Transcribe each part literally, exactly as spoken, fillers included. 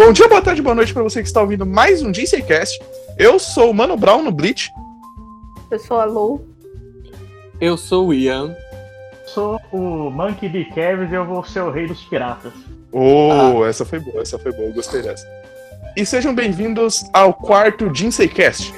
Bom dia, boa tarde, boa noite para você que está ouvindo mais um DCCast. Eu sou o Mano Brown no Bleach. Eu sou a Lu. Eu sou o Ian. Sou o Monkey D. Kevin e eu vou ser o rei dos piratas. Oh, ah. essa foi boa, essa foi boa, gostei dessa. E sejam bem-vindos ao quarto DCCast.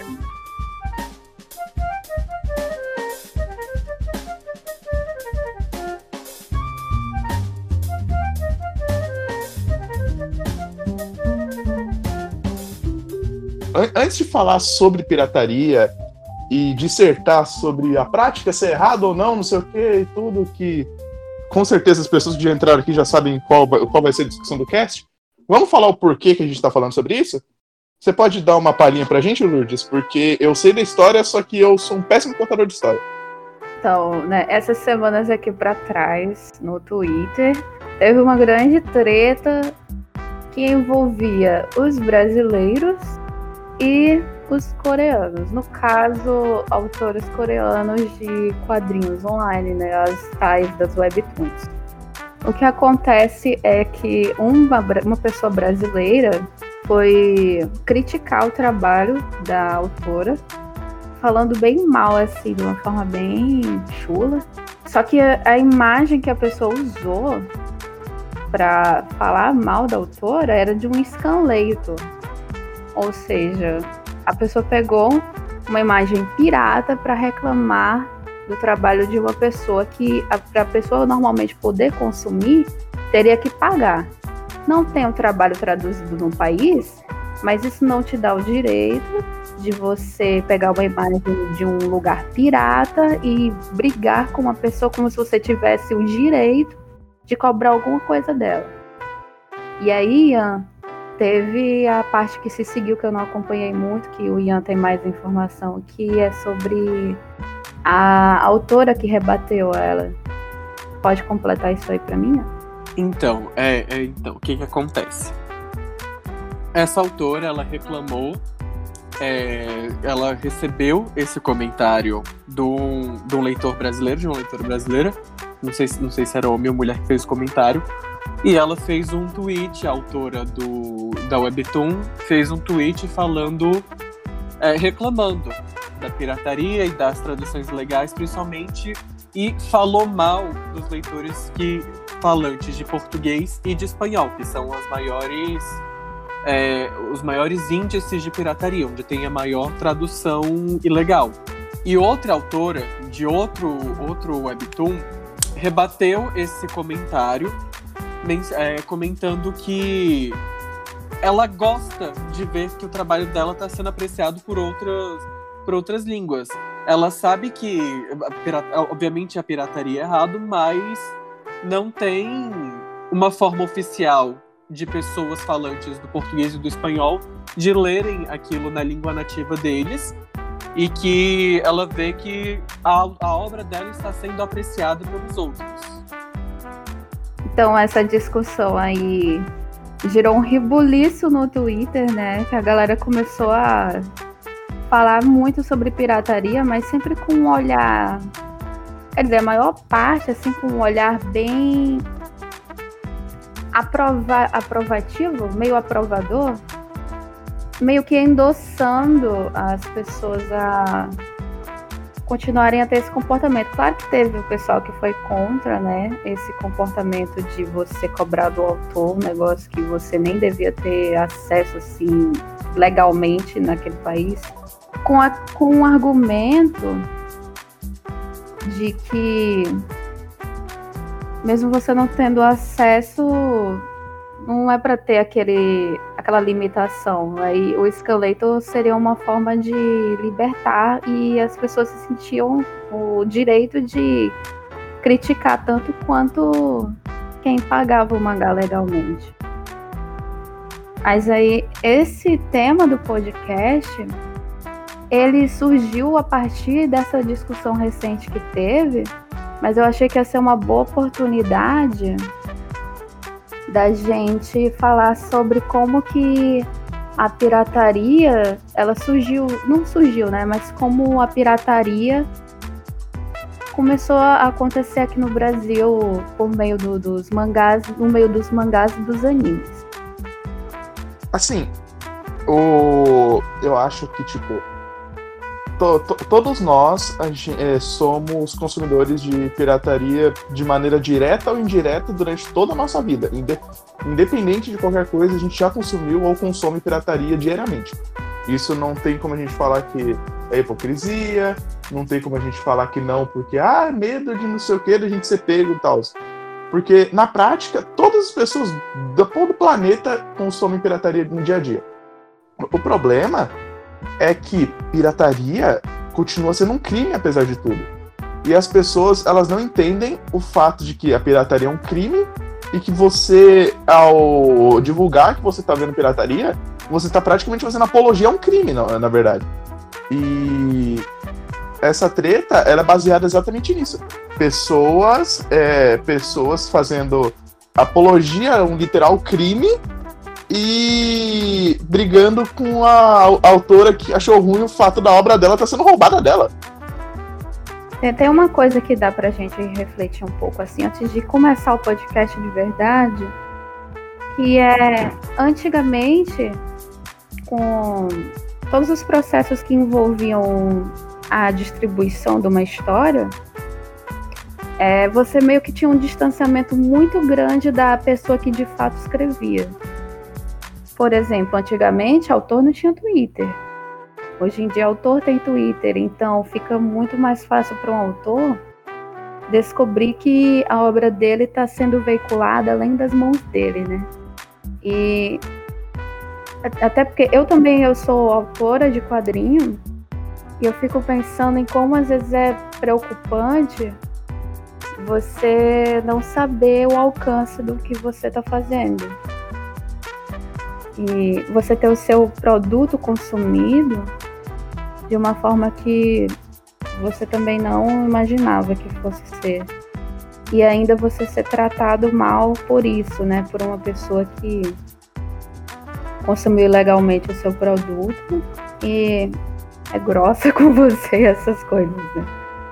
Antes de falar sobre pirataria e dissertar sobre a prática, se é errado ou não, não sei o que e tudo, que com certeza as pessoas que já entraram aqui já sabem qual vai, qual vai ser a discussão do cast, vamos falar o porquê que a gente está falando sobre isso? Você pode dar uma palhinha pra gente, Lourdes? Porque eu sei da história, só que eu sou um péssimo contador de história. Então, né, essas semanas aqui pra trás, no Twitter, teve uma grande treta que envolvia os brasileiros e os coreanos, no caso, autores coreanos de quadrinhos online, né, as tais das webtoons. O que acontece é que uma, uma pessoa brasileira foi criticar o trabalho da autora, falando bem mal, assim, de uma forma bem chula. Só que a, a imagem que a pessoa usou para falar mal da autora era de um scanlator. Ou seja, a pessoa pegou uma imagem pirata para reclamar do trabalho de uma pessoa que, para a pessoa normalmente poder consumir, teria que pagar. Não tem o trabalho traduzido no país, mas isso não te dá o direito de você pegar uma imagem de um lugar pirata e brigar com uma pessoa como se você tivesse o direito de cobrar alguma coisa dela. E aí, Ian, teve a parte que se seguiu, que eu não acompanhei muito, que o Ian tem mais informação, que é sobre a autora que rebateu ela. Pode completar isso aí pra mim? Então, é, é, então o que que acontece? Essa autora, ela reclamou, é, ela recebeu esse comentário de um, de um leitor brasileiro, de uma leitora brasileira, não sei, não sei se era homem ou mulher que fez o comentário, e ela fez um tweet, a autora do, da Webtoon fez um tweet falando, é, reclamando da pirataria e das traduções ilegais, principalmente, e falou mal dos leitores que, falantes de português e de espanhol, que são as maiores, é, os maiores índices de pirataria, onde tem a maior tradução ilegal. E outra autora de outro, outro Webtoon rebateu esse comentário, É, comentando que ela gosta de ver que o trabalho dela está sendo apreciado por outras, por outras línguas. Ela sabe que, a pirata, obviamente, a pirataria é errado, mas não tem uma forma oficial de pessoas falantes do português e do espanhol de lerem aquilo na língua nativa deles, e que ela vê que a, a obra dela está sendo apreciada pelos outros. Então, essa discussão aí gerou um rebuliço no Twitter, né? Que a galera começou a falar muito sobre pirataria, mas sempre com um olhar... Quer dizer, a maior parte, assim, com um olhar bem aprova... aprovativo, meio aprovador, meio que endossando as pessoas a continuarem a ter esse comportamento. Claro que teve o pessoal que foi contra, né, esse comportamento de você cobrar do autor, um negócio que você nem devia ter acesso, assim, legalmente naquele país, com, a, com um argumento de que, mesmo você não tendo acesso, não é para ter aquele, aquela limitação. Aí o Scanlator seria uma forma de libertar, e as pessoas se sentiam o direito de criticar tanto quanto quem pagava o mangá legalmente. Mas aí esse tema do podcast, ele surgiu a partir dessa discussão recente que teve, mas eu achei que ia ser uma boa oportunidade da gente falar sobre como que a pirataria, ela surgiu, não surgiu, né, mas como a pirataria começou a acontecer aqui no Brasil por meio do, dos mangás, no meio dos mangás e dos animes. Assim, o... eu acho que, tipo, to, to, todos nós a gente, é, somos consumidores de pirataria de maneira direta ou indireta durante toda a nossa vida. Inde, independente de qualquer coisa, a gente já consumiu ou consome pirataria diariamente. Isso não tem como a gente falar que é hipocrisia, não tem como a gente falar que não, porque, ah, medo de não sei o que, da gente ser pego e tal. Porque, na prática, todas as pessoas do todo o planeta consomem pirataria no dia a dia. O problema é que pirataria continua sendo um crime, apesar de tudo. E as pessoas, elas não entendem o fato de que a pirataria é um crime e que você, ao divulgar que você está vendo pirataria, você está praticamente fazendo apologia a um crime, na, na verdade. E essa treta, ela é baseada exatamente nisso. Pessoas, é, pessoas fazendo apologia a um literal crime e brigando com a, a autora que achou ruim o fato da obra dela estar sendo roubada dela. Tem uma coisa que dá pra gente refletir um pouco, assim, antes de começar o podcast de verdade, que é, antigamente, com todos os processos que envolviam a distribuição de uma história, é, você meio que tinha um distanciamento muito grande da pessoa que de fato escrevia. Por exemplo, antigamente, autor não tinha Twitter. Hoje em dia, autor tem Twitter, então fica muito mais fácil para um autor descobrir que a obra dele está sendo veiculada além das mãos dele, né? E até porque eu também eu sou autora de quadrinho e eu fico pensando em como às vezes é preocupante você não saber o alcance do que você está fazendo. E você ter o seu produto consumido de uma forma que você também não imaginava que fosse ser. E ainda você ser tratado mal por isso, né? Por uma pessoa que consumiu ilegalmente o seu produto e é grossa com você, essas coisas, né?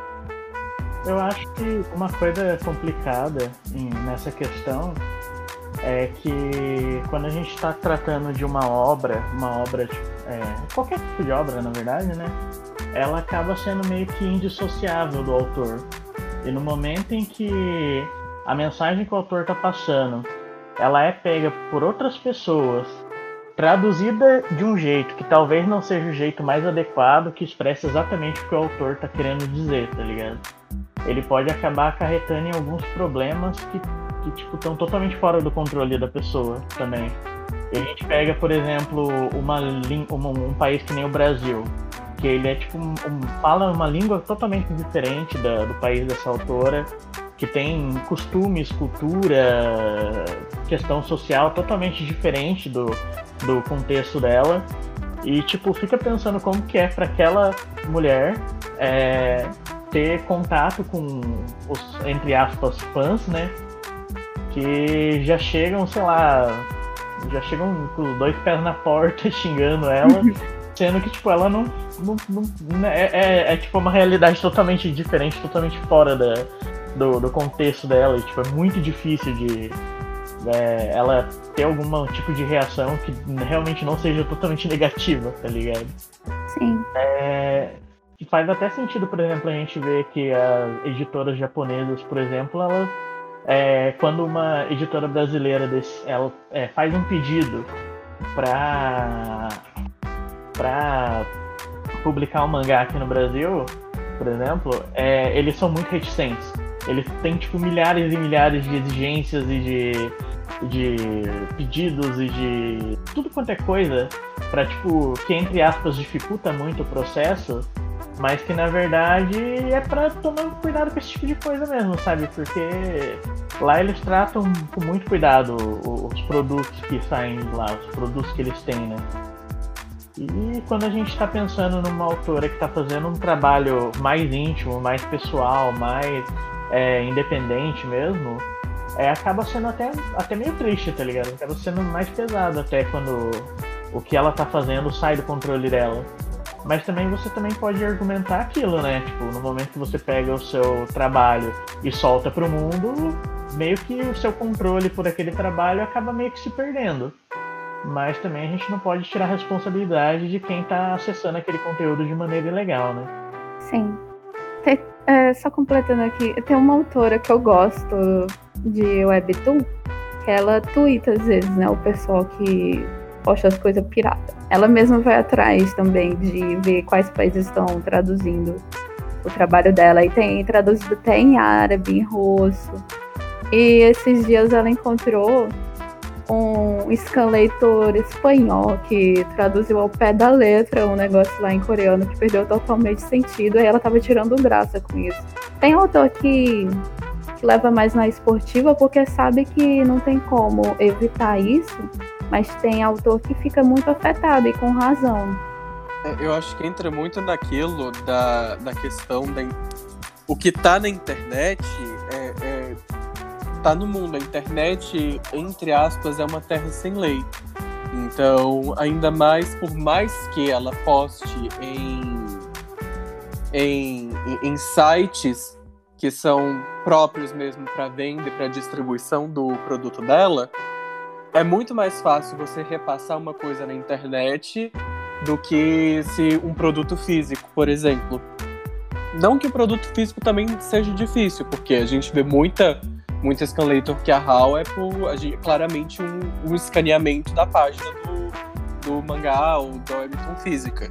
Eu acho que uma coisa complicada em, nessa questão é que quando a gente está tratando de uma obra, uma obra, é, qualquer tipo de obra, na verdade, né? Ela acaba sendo meio que indissociável do autor. E no momento em que a mensagem que o autor está passando, ela é pega por outras pessoas, traduzida de um jeito que talvez não seja o jeito mais adequado, que expressa exatamente o que o autor está querendo dizer, tá ligado? Ele pode acabar acarretando em alguns problemas que que tipo, estão totalmente fora do controle da pessoa também. E a gente pega, por exemplo, uma, uma, um país que nem o Brasil, que ele é tipo um, um, fala uma língua totalmente diferente da, do país dessa autora, que tem costumes, cultura, questão social totalmente diferente do, do contexto dela. E tipo, fica pensando como que é para aquela mulher é, ter contato com os, entre aspas, fãs, né? Que já chegam, sei lá, já chegam com os dois pés na porta xingando ela, sendo que, tipo, ela não, não, não é, é, é tipo uma realidade totalmente diferente, totalmente fora da, do, do contexto dela, e tipo, é muito difícil de é, ela ter algum tipo de reação que realmente não seja totalmente negativa, tá ligado? Sim. É, que faz até sentido, por exemplo, a gente ver que as editoras japonesas, por exemplo, elas É, quando uma editora brasileira desse, ela, é, faz um pedido para para publicar um mangá aqui no Brasil, por exemplo, é, eles são muito reticentes. Eles têm tipo milhares e milhares de exigências e de, de pedidos e de tudo quanto é coisa para tipo que entre aspas dificulta muito o processo. Mas que na verdade é pra tomar cuidado com esse tipo de coisa mesmo, sabe? Porque lá eles tratam com muito cuidado os produtos que saem lá, os produtos que eles têm, né? E quando a gente tá pensando numa autora que tá fazendo um trabalho mais íntimo, mais pessoal, mais é, independente mesmo, é, acaba sendo até, até meio triste, tá ligado? Acaba sendo mais pesado até quando o que ela tá fazendo sai do controle dela. Mas também você também pode argumentar aquilo, né? Tipo, no momento que você pega o seu trabalho e solta pro mundo, meio que o seu controle por aquele trabalho acaba meio que se perdendo. mas também a gente não pode tirar a responsabilidade de quem está acessando aquele conteúdo de maneira ilegal, né? Sim. Tem, é, só completando aqui, tem uma autora que eu gosto de Webtoon, que ela twitta às vezes, né, o pessoal que posta as coisas pirata. Ela mesma vai atrás também de ver quais países estão traduzindo o trabalho dela, e tem traduzido até em árabe, em russo. E esses dias ela encontrou um scanlator espanhol que traduziu ao pé da letra um negócio lá em coreano que perdeu totalmente sentido, e ela tava tirando graça com isso. Tem autor que, que leva mais na esportiva porque sabe que não tem como evitar isso, mas tem autor que fica muito afetado, e com razão. Eu acho que entra muito naquilo da, da questão da... O que tá na internet é... é... tá no mundo. A internet, entre aspas, é uma terra sem lei. Então, ainda mais, por mais que ela poste em, em, em sites que são próprios mesmo para venda e para distribuição do produto dela, é muito mais fácil você repassar uma coisa na internet do que se um produto físico, por exemplo. Não que o produto físico também seja difícil, porque a gente vê muita... Muito scanlator que a H A L é por, a gente, claramente um, um escaneamento da página do, do mangá ou da webtoon física.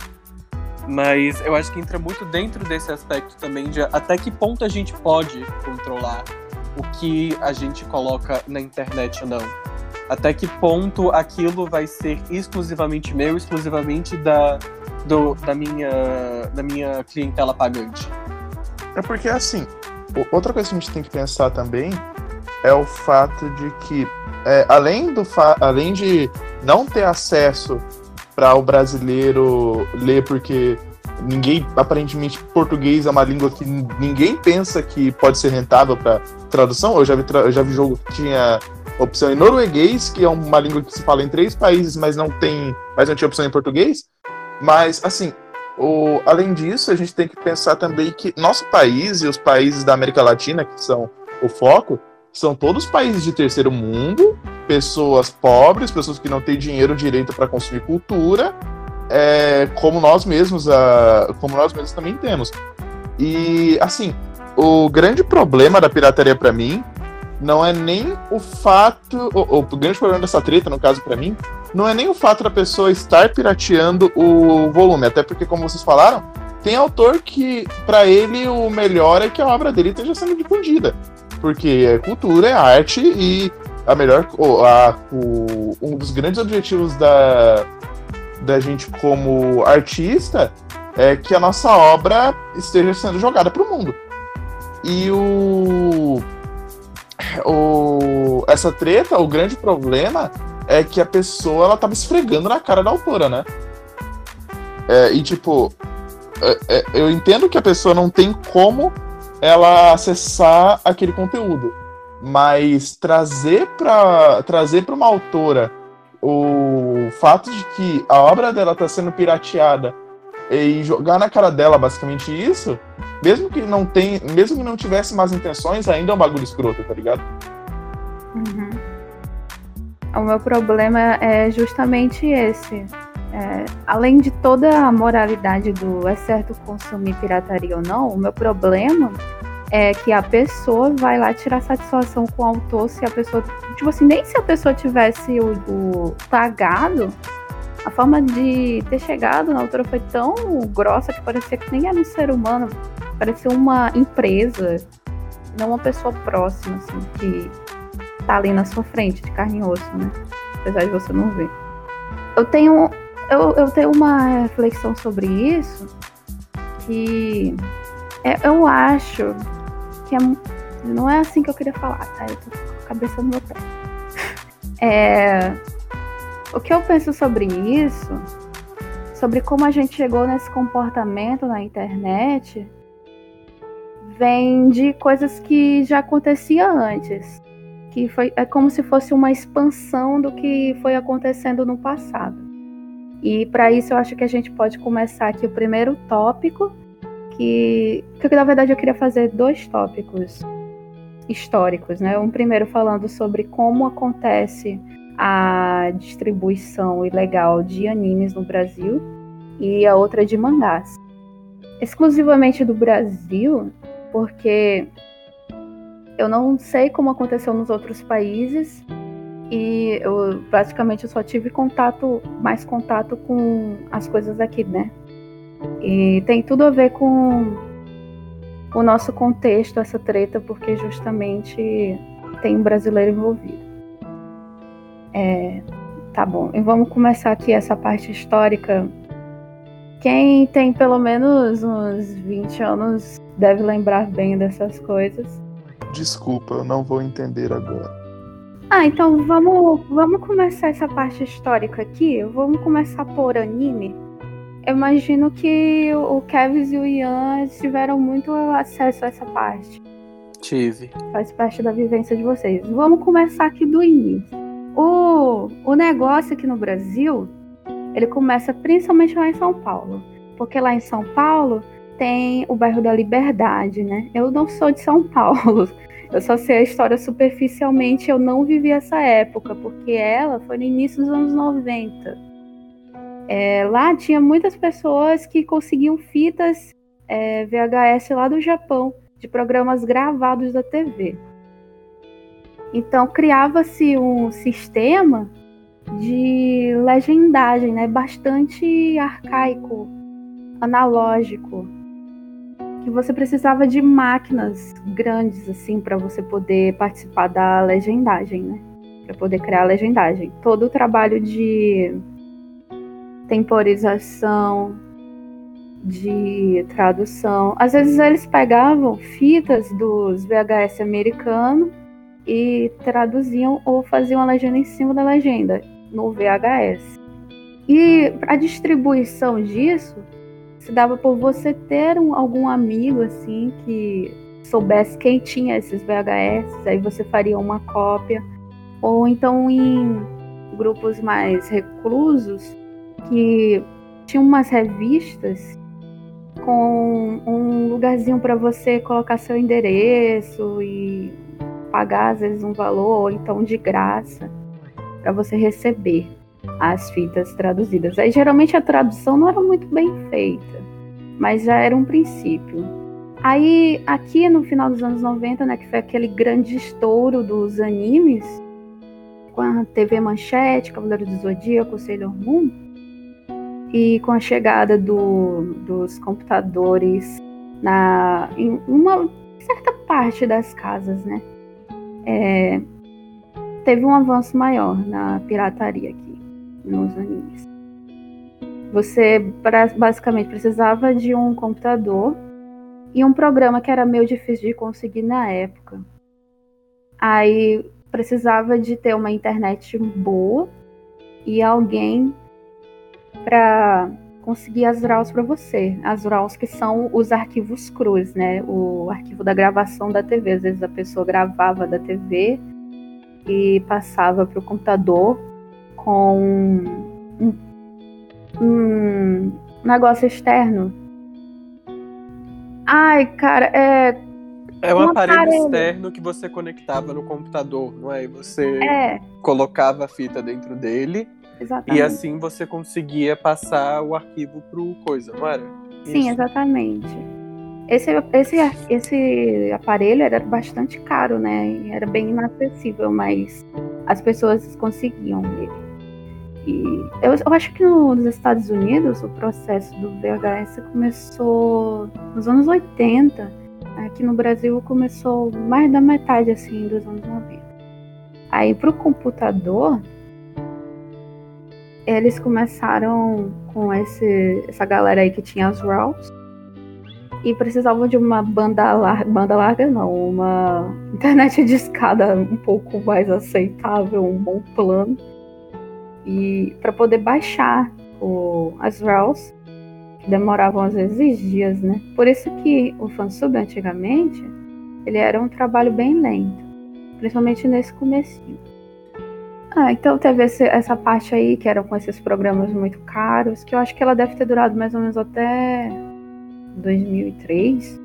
Mas eu acho que entra muito dentro desse aspecto também de até que ponto a gente pode controlar o que a gente coloca na internet ou não. Até que ponto aquilo vai ser exclusivamente meu, exclusivamente da, do, da, minha, da minha clientela pagante. É porque, assim, outra coisa que a gente tem que pensar também é o fato de que, é, além, do fa- além de não ter acesso para o brasileiro ler, porque ninguém, aparentemente, português é uma língua que ninguém pensa que pode ser rentável para tradução. Eu já vi, tra- eu já vi jogo que tinha opção em norueguês, que é uma língua que se fala em três países, mas não tem, mas não tinha opção em português. Mas, assim, o, além disso, a gente tem que pensar também que nosso país e os países da América Latina, que são o foco, são todos países de terceiro mundo, pessoas pobres, pessoas que não têm dinheiro direito para consumir cultura, é, como nós mesmos, a, como nós mesmos também temos. E, assim, o grande problema da pirataria para mim não é nem o fato, o, o grande problema dessa treta, no caso para mim, não é nem o fato da pessoa estar pirateando o volume, até porque, como vocês falaram, tem autor que, para ele, o melhor é que a obra dele esteja sendo difundida, porque é cultura, é arte, e a melhor, a, o, um dos grandes objetivos da, da gente como artista é que a nossa obra esteja sendo jogada para o mundo. E o, o essa treta, o grande problema é que a pessoa, ela tava esfregando na cara da autora, né? É, e, tipo, é, é, eu entendo que a pessoa não tem como ela acessar aquele conteúdo, mas trazer pra, trazer pra uma autora o fato de que a obra dela tá sendo pirateada e jogar na cara dela, basicamente isso, mesmo que não tem, mesmo que não tivesse más intenções, ainda é um bagulho escroto, tá ligado? Uhum. O meu problema é justamente esse. É, além de toda a moralidade do é certo consumir pirataria ou não, o meu problema é que a pessoa vai lá tirar satisfação com o autor se a pessoa... Tipo assim, nem se a pessoa tivesse o, o tagado, a forma de ter chegado na autora foi tão grossa que parecia que nem era um ser humano, parecia uma empresa, não uma pessoa próxima, assim, que tá ali na sua frente, de carne e osso, né? Apesar de você não ver. Eu tenho, eu, eu tenho uma reflexão sobre isso, que é, eu acho que é, não é assim que eu queria falar, tá? Eu tô com a cabeça no meu pé. É, o que eu penso sobre isso, sobre como a gente chegou nesse comportamento na internet, vem de coisas que já acontecia antes. Que foi, é como se fosse uma expansão do que foi acontecendo no passado. E para isso eu acho que a gente pode começar aqui o primeiro tópico, que, que na verdade eu queria fazer dois tópicos históricos, né? Um primeiro falando sobre como acontece a distribuição ilegal de animes no Brasil e a outra de mangás. Exclusivamente do Brasil, porque eu não sei como aconteceu nos outros países e eu praticamente eu só tive contato, mais contato com as coisas aqui, né? E tem tudo a ver com o nosso contexto, essa treta, porque justamente tem um brasileiro envolvido. É, tá bom, e vamos começar aqui essa parte histórica. Quem tem pelo menos uns vinte anos deve lembrar bem dessas coisas. Desculpa, eu não vou entender agora. Ah, então vamos, vamos começar essa parte histórica aqui. Vamos começar por anime. Eu imagino que o Kevin e o Ian tiveram muito acesso a essa parte. Tive. Faz parte da vivência de vocês. Vamos começar aqui do início. O, o negócio aqui no Brasil, ele começa principalmente lá em São Paulo. Porque lá em São Paulo tem o bairro da Liberdade, né? Eu não sou de São Paulo. Eu só sei a história superficialmente. Eu não vivi essa época, porque ela foi no início dos anos noventa. É, lá tinha muitas pessoas que conseguiam fitas é, V H S lá do Japão, de programas gravados da T V. Então criava-se um sistema de legendagem, né, bastante arcaico, analógico, que você precisava de máquinas grandes assim para você poder participar da legendagem, né, para poder criar a legendagem. Todo o trabalho de temporização, de tradução. Às vezes eles pegavam fitas dos V H S americanos e traduziam ou faziam a legenda em cima da legenda no V H S. E a distribuição disso se dava por você ter um, algum amigo assim que soubesse quem tinha esses V H S, aí você faria uma cópia, ou então em grupos mais reclusos que tinha umas revistas com um lugarzinho para você colocar seu endereço e pagar às vezes um valor, ou então de graça, para você receber as fitas traduzidas. Aí geralmente a tradução não era muito bem feita, mas já era um princípio. Aí aqui no final dos anos noventa, né, que foi aquele grande estouro dos animes, com a T V Manchete, Cavaleiro do Zodíaco, Sailor Moon, e com a chegada do, dos computadores na, em uma certa parte das casas, né? É, teve um avanço maior na pirataria aqui, nos animes. Você basicamente precisava de um computador e um programa que era meio difícil de conseguir na época. Aí precisava de ter uma internet boa e alguém para conseguir as RAWs para você. As RAWs que são os arquivos crus, né? O arquivo da gravação da T V. Às vezes a pessoa gravava da T V e passava para o computador com um, um negócio externo. Ai, cara, é... É um, um aparelho, aparelho externo que você conectava no computador, não é? E você é. colocava a fita dentro dele. Exatamente. E assim você conseguia passar o arquivo pro coisa, não era? Sim, Isso. exatamente. Esse, esse, esse aparelho era bastante caro, né? Era bem inacessível, mas as pessoas conseguiam ele. E eu, eu acho que no, nos Estados Unidos o processo do V H S começou nos anos oitenta. Aqui no Brasil começou mais da metade assim dos anos noventa. Aí pro computador eles começaram com esse, essa galera aí que tinha as RAWs e precisavam de uma banda larga, banda larga não, uma internet de escada um pouco mais aceitável, um bom plano, e para poder baixar o, as RAWs, que demoravam às vezes dias, né? Por isso que o fansub antigamente, ele era um trabalho bem lento, principalmente nesse comecinho. Ah, então teve esse, essa parte aí, que eram com esses programas muito caros, que eu acho que ela deve ter durado mais ou menos até dois mil e três.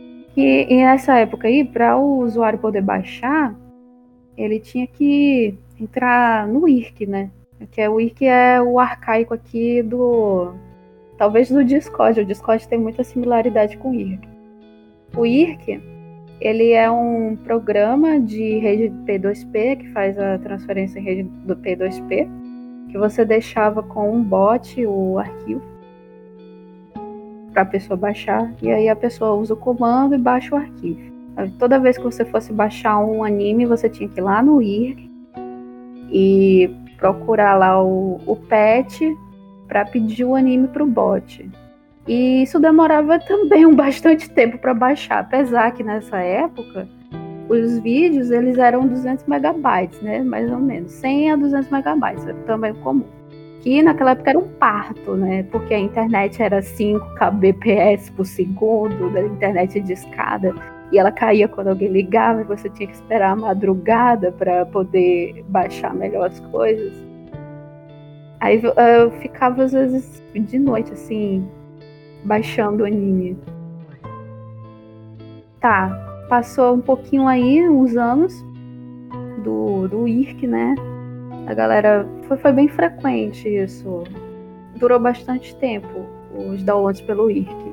E, e nessa época aí, para o usuário poder baixar, ele tinha que entrar no I R C, né? Que é, o I R C é o arcaico aqui do... talvez do Discord. O Discord tem muita similaridade com o I R C. O I R C, ele é um programa de rede P dois P, que faz a transferência em rede do P dois P, que você deixava com um bot o arquivo para a pessoa baixar, e aí a pessoa usa o comando e baixa o arquivo. Toda vez que você fosse baixar um anime, você tinha que ir lá no I R C e procurar lá o, o patch para pedir o anime para o bot. E isso demorava também um bastante tempo para baixar, apesar que nessa época os vídeos eles eram duzentos megabytes, né? Mais ou menos, cem a duzentos megabytes, era também comum. Que naquela época era um parto, né? Porque a internet era cinco kbps por segundo, da internet de escada, e ela caía quando alguém ligava, e você tinha que esperar a madrugada para poder baixar melhor as coisas. Aí eu ficava às vezes de noite, assim, baixando o anime. Tá, passou um pouquinho aí, uns anos, do, do I R C, né? A galera, foi, foi bem frequente isso. Durou bastante tempo, os downloads pelo I R C.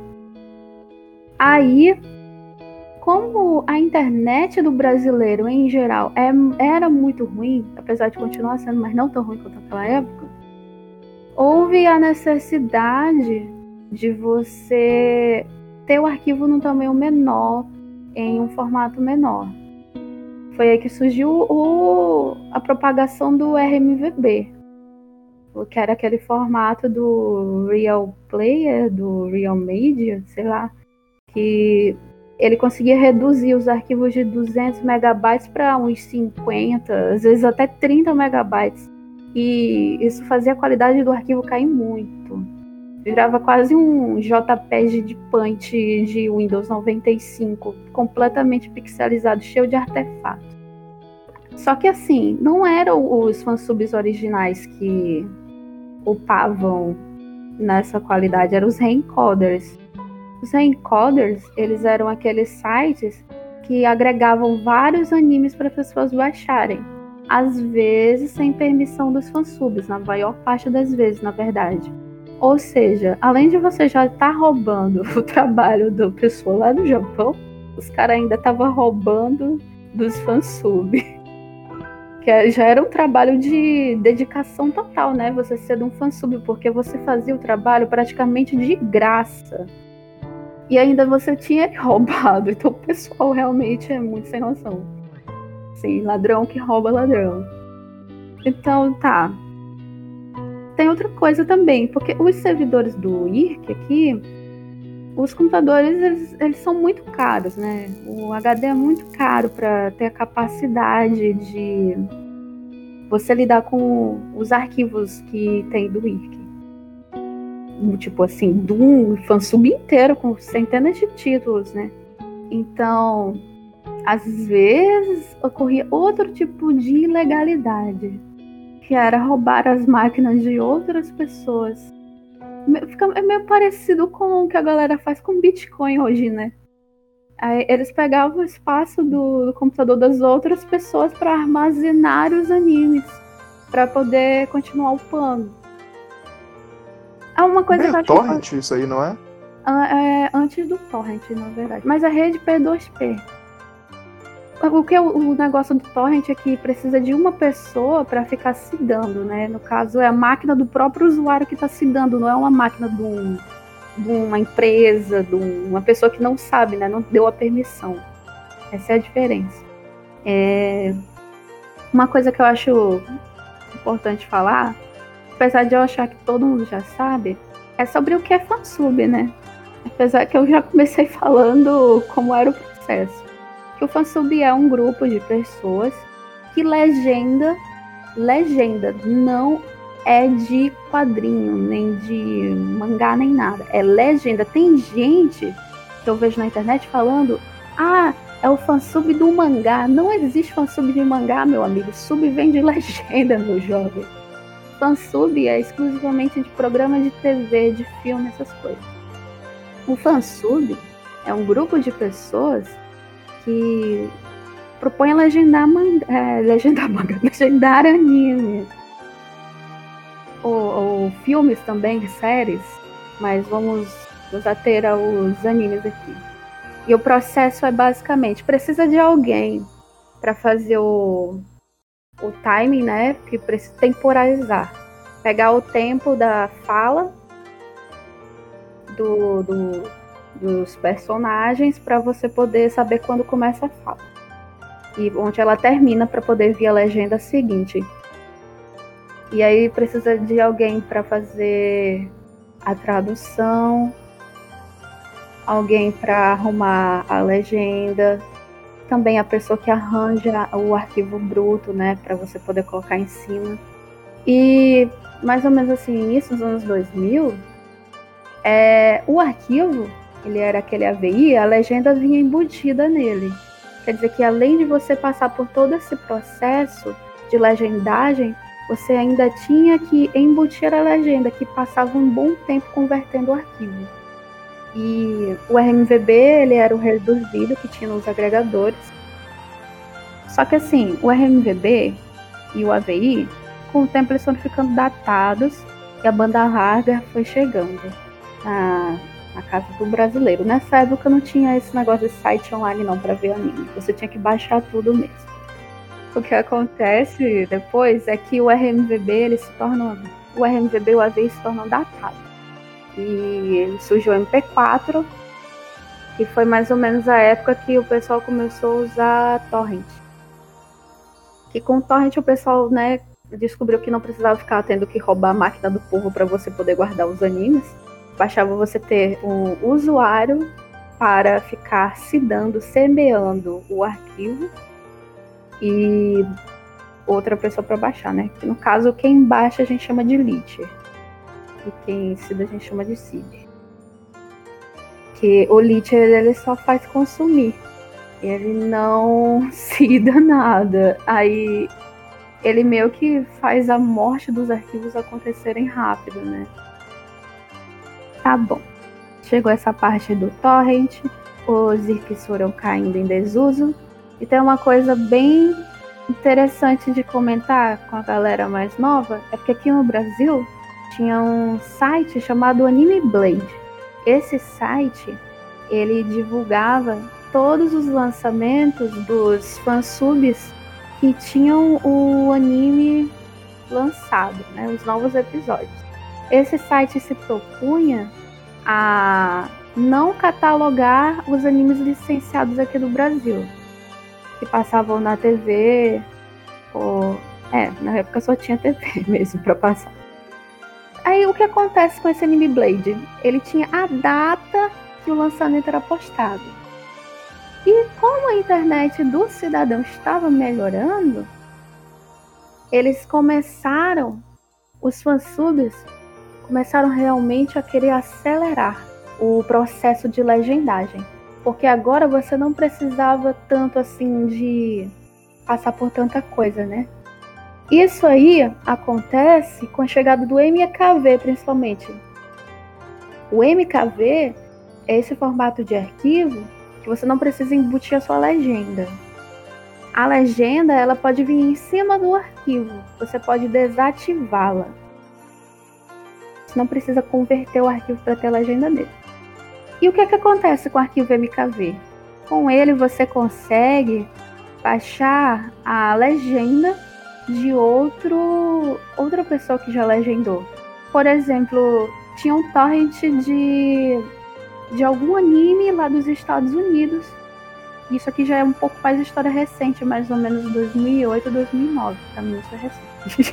Aí, como a internet do brasileiro, em geral, é, era muito ruim, apesar de continuar sendo, mas não tão ruim quanto naquela época, houve a necessidade de você ter o arquivo num tamanho menor, em um formato menor. Foi aí que surgiu o, a propagação do R M V B, que era aquele formato do Real Player, do Real Media, sei lá, que ele conseguia reduzir os arquivos de duzentos megabytes para uns cinquenta, às vezes até trinta megabytes. E isso fazia a qualidade do arquivo cair muito. Virava quase um JPEG de punch de Windows noventa e cinco, completamente pixelizado, cheio de artefatos. Só que assim, não eram os fansubs originais que upavam nessa qualidade, eram os reencoders. Os reencoders, eles eram aqueles sites que agregavam vários animes para pessoas baixarem. Às vezes sem permissão dos fansubs, na maior parte das vezes, na verdade. Ou seja, além de você já estar tá roubando o trabalho do pessoal lá no Japão, os caras ainda estavam roubando dos fansubs. Que já era um trabalho de dedicação total, né? Você ser um fansub, porque você fazia o trabalho praticamente de graça. E ainda você tinha roubado. Então o pessoal realmente é muito sem noção. Sim, ladrão que rouba ladrão. Então, tá. Tem outra coisa também, porque os servidores do I R C aqui, os computadores, eles, eles são muito caros, né? O H D é muito caro para ter a capacidade de você lidar com os arquivos que tem do I R C. Tipo assim, de um fansub inteiro, com centenas de títulos, né? Então, às vezes, ocorria outro tipo de ilegalidade, que era roubar as máquinas de outras pessoas. Fica, é meio parecido com o que a galera faz com Bitcoin hoje, né? Aí, eles pegavam o espaço do, do computador das outras pessoas para armazenar os animes, para poder continuar upando. É uma coisa é que eu acho torrent que... isso aí, não é? É antes do torrent, na verdade. Mas a rede P dois P. O que é o, o negócio do torrent é que precisa de uma pessoa para ficar seedando, né? No caso, é a máquina do próprio usuário que está seedando, não é uma máquina de, um, de uma empresa, de uma pessoa que não sabe, né? Não deu a permissão. Essa é a diferença. É... Uma coisa que eu acho importante falar, apesar de eu achar que todo mundo já sabe, é sobre o que é fansub, né? Apesar que eu já comecei falando como era o processo. Que o fansub é um grupo de pessoas que legenda, legenda, não é de quadrinho, nem de mangá, nem nada. É legenda. Tem gente que eu vejo na internet falando, ah, é o fansub do mangá. Não existe fansub de mangá, meu amigo. Sub vem de legenda, meu jovem. Fansub é exclusivamente de programa de T V, de filme, essas coisas. O fansub é um grupo de pessoas que propõe legendar manga, é, legendar manga, legendar anime. Ou, ou filmes também, séries, mas vamos nos ater aos animes aqui. E o processo é basicamente, precisa de alguém para fazer o, o timing, né? Que precisa temporalizar. Pegar o tempo da fala do, do, dos personagens para você poder saber quando começa a fala. E onde ela termina para poder ver a legenda seguinte. E aí precisa de alguém para fazer a tradução, alguém para arrumar a legenda, também a pessoa que arranja o arquivo bruto, né, para você poder colocar em cima. E mais ou menos assim, início dos anos dois mil, é, o arquivo, ele era aquele A V I, a legenda vinha embutida nele. Quer dizer que além de você passar por todo esse processo de legendagem, você ainda tinha que embutir a legenda, que passava um bom tempo convertendo o arquivo. E o R M V B, ele era o reduzido que tinha nos agregadores. Só que assim, o R M V B e o A V I, com o tempo eles foram ficando datados e a banda larga foi chegando na, na casa do brasileiro. Nessa época não tinha esse negócio de site online não para ver anime. Você tinha que baixar tudo mesmo. O que acontece depois é que o R M V B, ele se torna, o R M V B e o A V I se tornam datados. E surgiu o M P quatro, que foi mais ou menos a época que o pessoal começou a usar torrent. Que com o torrent o pessoal, né, descobriu que não precisava ficar tendo que roubar a máquina do povo para você poder guardar os animes. Bastava você ter um usuário para ficar se dando, semeando o arquivo e outra pessoa para baixar, né? Que no caso, quem baixa a gente chama de leacher e quem seed a gente chama de seed. Que o leacher ele só faz consumir, ele não seeda nada. Aí ele meio que faz a morte dos arquivos acontecerem rápido, né? Tá bom. Chegou essa parte do torrent, os irks foram caindo em desuso. E tem uma coisa bem interessante de comentar com a galera mais nova, é porque aqui no Brasil tinha um site chamado Anime Blade. Esse site, ele divulgava todos os lançamentos dos fansubs que tinham o anime lançado, né, os novos episódios. Esse site se propunha a não catalogar os animes licenciados aqui no Brasil, que passavam na T V, ou... É, na época só tinha T V mesmo pra passar. Aí o que acontece com esse Anime Blade? Ele tinha a data que o lançamento era postado. E como a internet do cidadão estava melhorando, eles começaram, os fansubs começaram realmente a querer acelerar o processo de legendagem. Porque agora você não precisava tanto assim de passar por tanta coisa, né? Isso aí acontece com a chegada do M K V, principalmente. O M K V é esse formato de arquivo que você não precisa embutir a sua legenda. A legenda, ela pode vir em cima do arquivo. Você pode desativá-la. Você não precisa converter o arquivo para ter a legenda dele. E o que, é que acontece com o arquivo M K V? Com ele você consegue baixar a legenda de outro, outra pessoa que já legendou. Por exemplo, tinha um torrent de, de algum anime lá dos Estados Unidos. Isso aqui já é um pouco mais história recente, mais ou menos dois mil e oito, dois mil e nove. Pra mim isso é recente.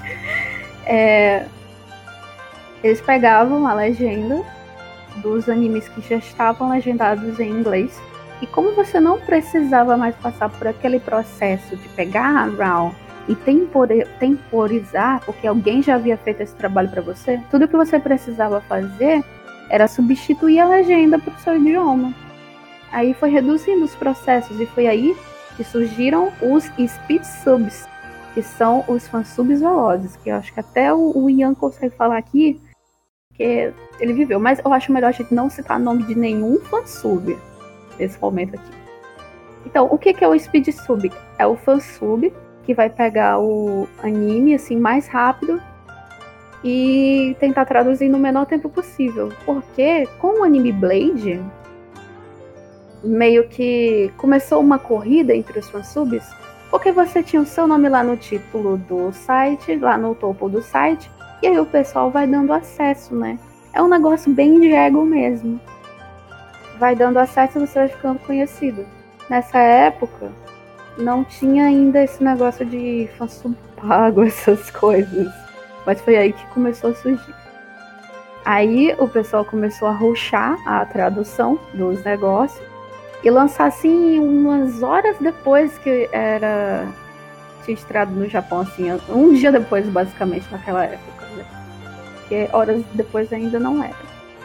é, eles pegavam a legenda dos animes que já estavam legendados em inglês. E como você não precisava mais passar por aquele processo de pegar a RAW e temporizar, porque alguém já havia feito esse trabalho para você, tudo que você precisava fazer era substituir a legenda para o seu idioma. Aí foi reduzindo os processos e foi aí que surgiram os speed subs, que são os fansubs velozes, que eu acho que até o, o Ian consegue falar aqui, que ele viveu, mas eu acho melhor a gente não citar nome de nenhum fansub nesse momento aqui. Então, o que é o speed sub? é o fansub, que vai pegar o anime assim mais rápido e tentar traduzir no menor tempo possível. Porque com o anime Blade, meio que começou uma corrida entre os fansubs, porque você tinha o seu nome lá no título do site, lá no topo do site, e aí o pessoal vai dando acesso, né? É um negócio bem de ego mesmo. Vai dando acesso e você vai ficando conhecido. Nessa época, não tinha ainda esse negócio de fansub pago, essas coisas. Mas foi aí que começou a surgir. Aí o pessoal começou a rushar a tradução dos negócios e lançar assim umas horas depois que era tinha estreado no Japão, assim, um dia depois, basicamente, naquela época, né? Porque horas depois ainda não era.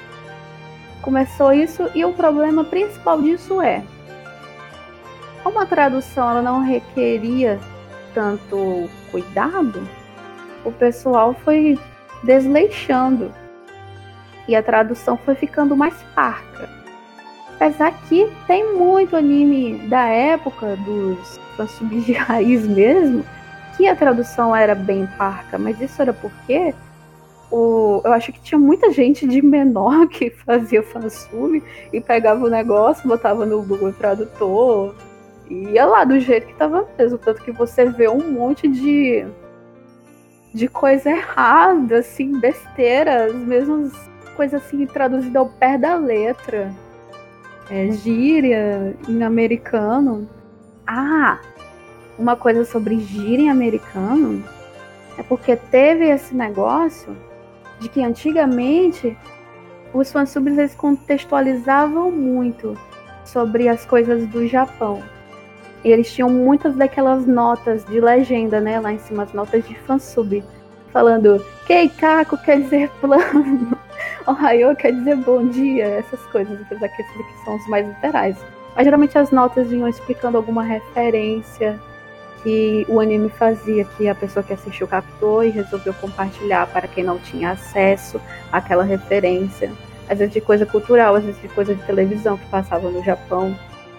Começou isso, e o problema principal disso é, como a tradução ela não requeria tanto cuidado, o pessoal foi desleixando e a tradução foi ficando mais parca. Apesar que tem muito anime da época dos fansubs de raiz mesmo, que a tradução era bem parca, mas isso era porque o, eu acho que tinha muita gente de menor que fazia fansub e pegava o negócio, botava no Google Tradutor e ia lá do jeito que tava mesmo. Tanto que você vê um monte de, de coisa errada, assim, besteira, as mesmas coisas assim traduzidas ao pé da letra. É, gíria em americano. Ah, uma coisa sobre gíria em americano é porque teve esse negócio de que antigamente os fansubs eles contextualizavam muito sobre as coisas do Japão. E eles tinham muitas daquelas notas de legenda, né, lá em cima, as notas de fansub, falando Keikaku quer dizer plano, Ohayou quer dizer bom dia, essas coisas, apesar que esses aqui são os mais literais. Mas geralmente as notas vinham explicando alguma referência que o anime fazia, que a pessoa que assistiu captou e resolveu compartilhar para quem não tinha acesso àquela referência. Às vezes de coisa cultural, às vezes de coisa de televisão que passava no Japão.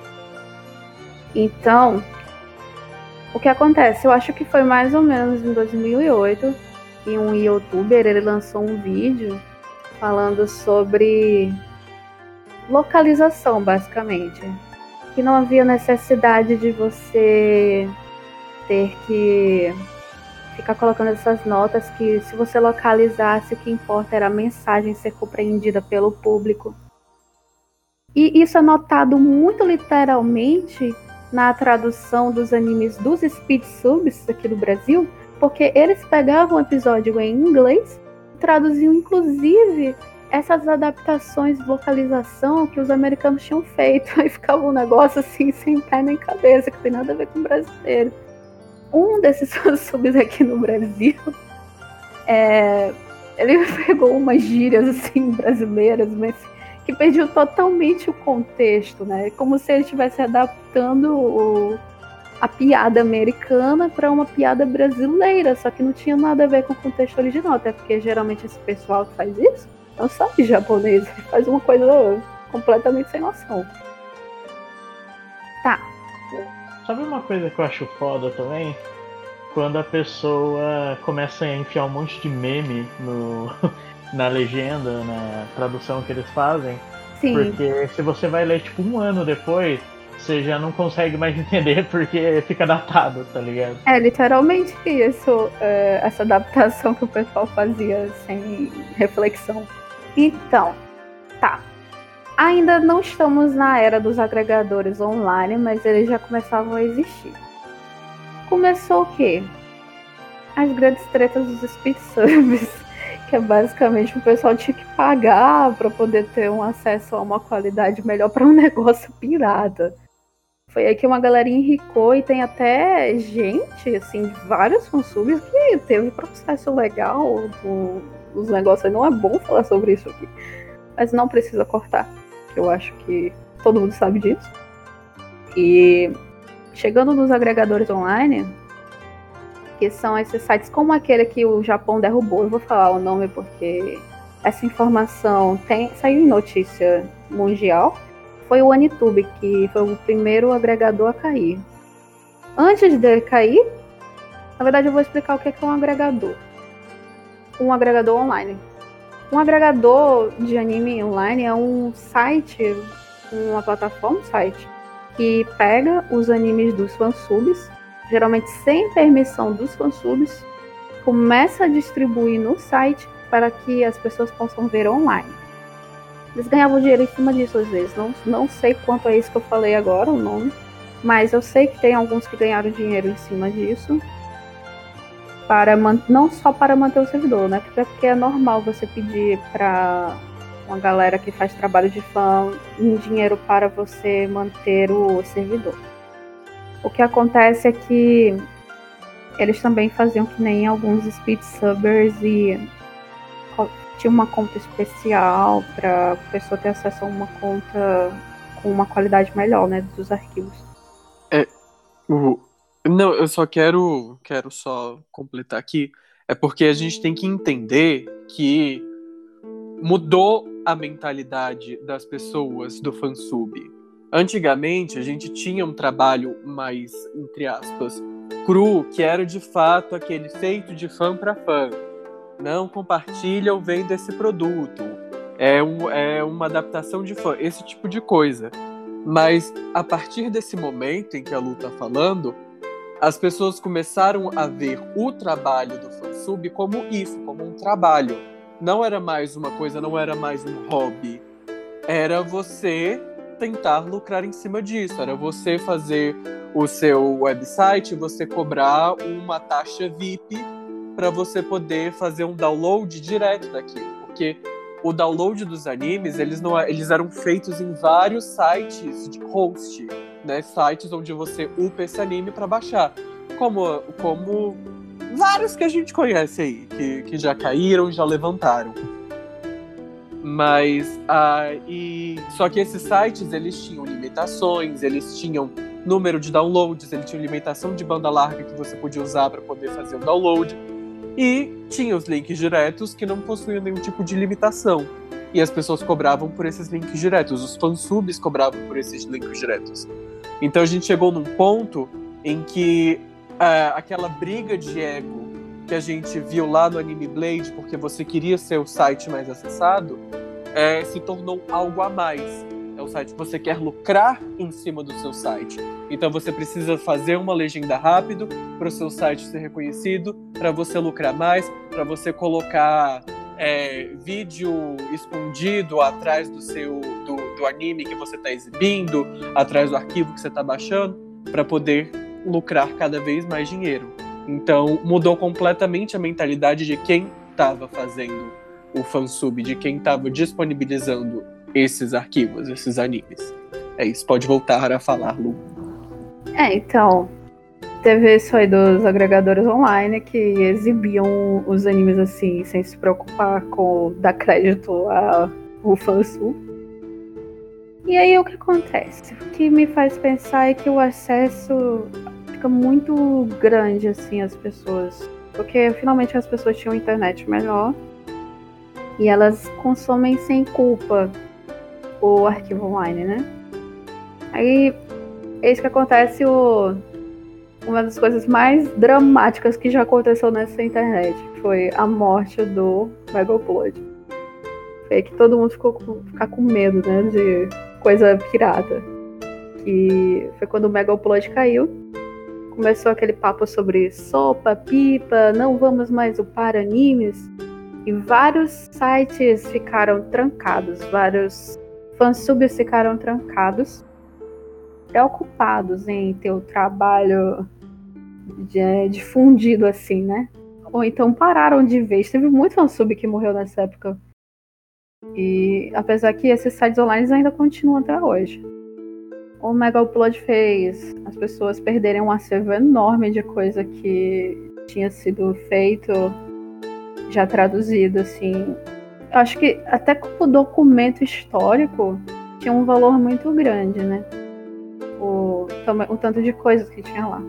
Então, o que acontece? Eu acho que foi mais ou menos em dois mil e oito que um youtuber ele lançou um vídeo falando sobre localização, basicamente. Que não havia necessidade de você ter que ficar colocando essas notas, que se você localizasse, o que importa era a mensagem ser compreendida pelo público. E isso é notado muito literalmente na tradução dos animes dos Speed Subs aqui do Brasil, porque eles pegavam o episódio em inglês e traduziam inclusive essas adaptações de localização que os americanos tinham feito. Aí ficava um negócio assim, sem pé nem cabeça, que tem nada a ver com o brasileiro. Um desses subs aqui no Brasil, é, ele pegou umas gírias assim, brasileiras, mas que perdiam totalmente o contexto, né? Como se ele estivesse adaptando o, a piada americana para uma piada brasileira, só que não tinha nada a ver com o contexto original, até porque geralmente esse pessoal que faz isso não sabe japonês, faz uma coisa completamente sem noção. Tá. Sabe uma coisa que eu acho foda também? Quando a pessoa começa a enfiar um monte de meme no, na legenda, na tradução que eles fazem. Sim. Porque se você vai ler tipo um ano depois, você já não consegue mais entender porque fica datado, tá ligado? É literalmente isso, é, essa adaptação que o pessoal fazia sem reflexão. Então, tá. Ainda não estamos na era dos agregadores online, mas eles já começavam a existir. Começou o quê? As grandes tretas dos Speed Subs, que é basicamente o pessoal tinha que pagar para poder ter um acesso a uma qualidade melhor para um negócio pirata. Foi aí que uma galerinha enricou e tem até gente, assim, de vários fansubs que teve processo legal do, dos negócios. Não é bom falar sobre isso aqui, mas não precisa cortar. Eu acho que todo mundo sabe disso. E chegando nos agregadores online, que são esses sites como aquele que o Japão derrubou, eu vou falar o nome porque essa informação tem, saiu em notícia mundial, foi o Anitube, que foi o primeiro agregador a cair. antes dele cair, na verdade eu vou explicar o que é um agregador. Um agregador online. Um agregador de anime online é um site, uma plataforma, um site, que pega os animes dos fansubs, geralmente sem permissão dos fansubs, começa a distribuir no site para que as pessoas possam ver online. Eles ganhavam dinheiro em cima disso às vezes, não, não sei quanto é isso que eu falei agora, o nome, mas eu sei que tem alguns que ganharam dinheiro em cima disso, para man- não só para manter o servidor, né? Porque, porque é normal você pedir para uma galera que faz trabalho de fã um dinheiro para você manter o servidor. O que acontece é que eles também faziam que nem alguns speed subbers e tinha uma conta especial para a pessoa ter acesso a uma conta com uma qualidade melhor, né, dos arquivos. É, o... Não, eu só quero, quero só completar aqui. É porque a gente tem que entender que mudou a mentalidade das pessoas do fansub. Antigamente, a gente tinha um trabalho mais, entre aspas, cru, que era de fato aquele feito de fã para fã. Não compartilha ou venda esse produto. É, um, é uma adaptação de fã, esse tipo de coisa. Mas, a partir desse momento em que a Lu tá falando, as pessoas começaram a ver o trabalho do fansub como isso, como um trabalho. Não era mais uma coisa, não era mais um hobby. Era você tentar lucrar em cima disso. Era você fazer o seu website, você cobrar uma taxa V I P para você poder fazer um download direto daquilo. Porque o download dos animes, eles, não, eles eram feitos em vários sites de host, né? Sites onde você upa esse anime para baixar. Como, como vários que a gente conhece aí, que, que já caíram, já levantaram. Mas, ah, e... só que esses sites, eles tinham limitações, eles tinham número de downloads, eles tinham limitação de banda larga que você podia usar para poder fazer o download. E tinha os links diretos que não possuíam nenhum tipo de limitação. E as pessoas cobravam por esses links diretos. Os fansubs cobravam por esses links diretos. Então a gente chegou num ponto em que uh, aquela briga de ego que a gente viu lá no Anime Blade, porque você queria ser o site mais acessado, é, se tornou algo a mais. É o site que você quer lucrar em cima do seu site. Então você precisa fazer uma legenda rápido para o seu site ser reconhecido, para você lucrar mais, para você colocar é, vídeo escondido atrás do seu do, do anime que você está exibindo, atrás do arquivo que você está baixando, para poder lucrar cada vez mais dinheiro. Então mudou completamente a mentalidade de quem estava fazendo o fansub, de quem estava disponibilizando esses arquivos, esses animes. É isso, pode voltar a falar, Lu. É, então, teve isso aí dos agregadores online que exibiam os animes assim, sem se preocupar com dar crédito ao fansub. E aí o que acontece? O que me faz pensar é que o acesso fica muito grande, assim, às pessoas. Porque finalmente as pessoas tinham internet melhor e elas consomem sem culpa o arquivo online, né? Aí é isso que acontece, o... uma das coisas mais dramáticas que já aconteceu nessa internet foi a morte do Megaupload. Foi que todo mundo ficou com, ficar com medo, né, de coisa pirata. Que foi quando o Megaupload caiu. Começou aquele papo sobre sopa, pipa, não vamos mais upar animes. E vários sites ficaram trancados, vários fansubs ficaram trancados, preocupados em ter o trabalho de, difundido assim, né? Ou então pararam de vez. Teve muito fansub que morreu nessa época. E apesar que esses sites online ainda continuam até hoje. O Megaupload fez as pessoas perderem um acervo enorme de coisa que tinha sido feito, já traduzido, assim. Eu acho que até como documento histórico tinha um valor muito grande, né? O, o tanto de coisas que tinha lá.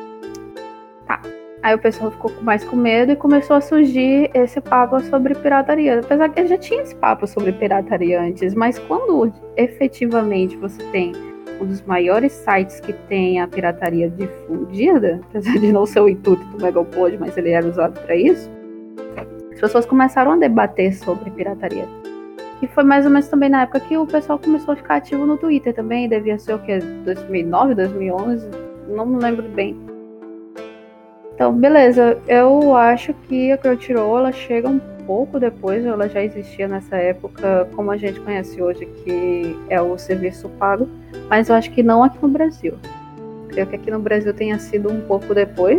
Tá. Aí o pessoal ficou mais com medo e começou a surgir esse papo sobre pirataria. Apesar que já tinha esse papo sobre pirataria antes, mas quando efetivamente você tem um dos maiores sites que tem a pirataria difundida, apesar de não ser o intuito do Megaupload, mas ele era usado para isso, as pessoas começaram a debater sobre pirataria. Que foi mais ou menos também na época que o pessoal começou a ficar ativo no Twitter também, devia ser o que? dois mil e nove, dois mil e onze? Não me lembro bem. Então, beleza, eu acho que a Crunchyroll, ela chega um pouco depois, ela já existia nessa época, como a gente conhece hoje, que é o serviço pago, mas eu acho que não aqui no Brasil. Creio que aqui no Brasil tenha sido um pouco depois,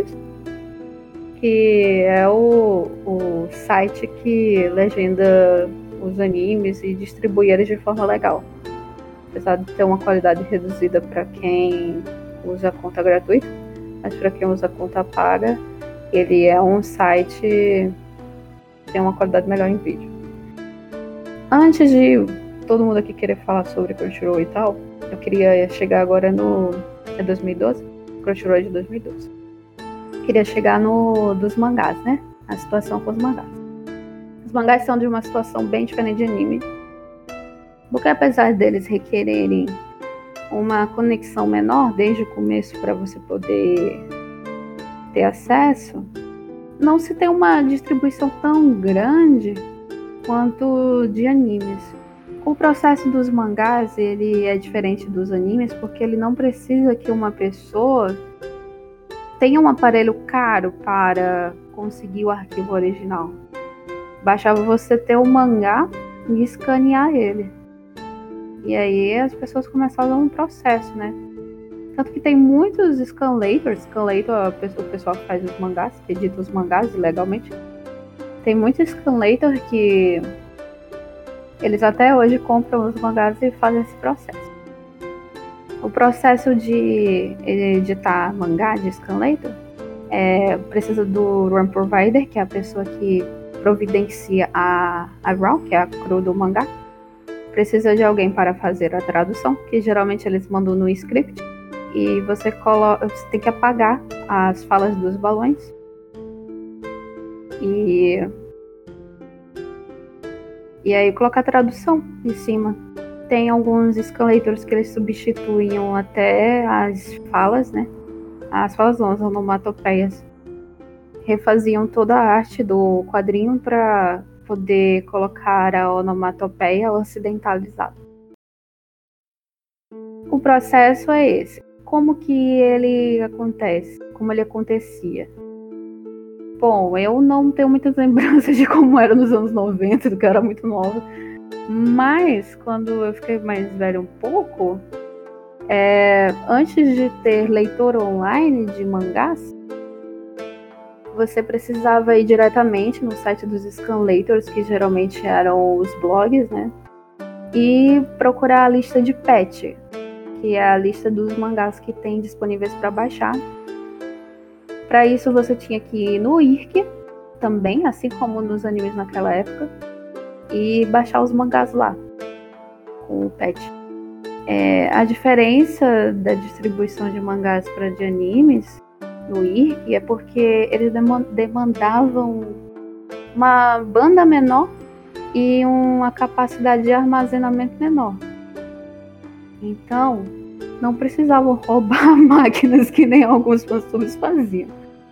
que é o, o site que legenda os animes e distribui eles de forma legal. Apesar de ter uma qualidade reduzida para quem usa a conta gratuita, mas para quem usa a conta paga, ele é um site que tem uma qualidade melhor em vídeo. Antes de todo mundo aqui querer falar sobre Crunchyroll e tal, eu queria chegar agora no... é dois mil e doze? Crunchyroll é de dois mil e doze. Queria chegar no dos mangás, né? A situação com os mangás. Os mangás são de uma situação bem diferente de anime, porque apesar deles requererem uma conexão menor desde o começo para você poder ter acesso, não se tem uma distribuição tão grande quanto de animes. O processo dos mangás, ele é diferente dos animes porque ele não precisa que uma pessoa tenha um aparelho caro para conseguir o arquivo original. Bastava você ter o mangá e escanear ele. E aí as pessoas começaram um processo, né? Tanto que tem muitos scanlators, scanlator o pessoal que faz os mangás, que edita os mangás ilegalmente. Tem muitos scanlator que eles até hoje compram os mangás e fazem esse processo. O processo de editar mangá de scanlator é, precisa do run provider, que é a pessoa que providencia a, a raw, que é a cru do mangá. Precisa de alguém para fazer a tradução, que geralmente eles mandam no script. E você, coloca, você tem que apagar as falas dos balões. E, e aí colocar a tradução em cima. Tem alguns scanlators que eles substituíam até as falas, né? As falas não, as onomatopeias. Refaziam toda a arte do quadrinho para poder colocar a onomatopeia ocidentalizada. O processo é esse. Como que ele acontece? Como ele acontecia? Bom, eu não tenho muitas lembranças de como era nos anos noventa, do que eu era muito nova. Mas, quando eu fiquei mais velha um pouco, é, antes de ter leitor online de mangás, você precisava ir diretamente no site dos scanlators, que geralmente eram os blogs, né? E procurar a lista de patch, que é a lista dos mangás que tem disponíveis para baixar. Para isso você tinha que ir no I R C também, assim como nos animes naquela época, e baixar os mangás lá com o patch. É, a diferença da distribuição de mangás para de animes no I R C é porque eles demandavam uma banda menor e uma capacidade de armazenamento menor. Então, não precisavam roubar máquinas que nem alguns fansubs faziam.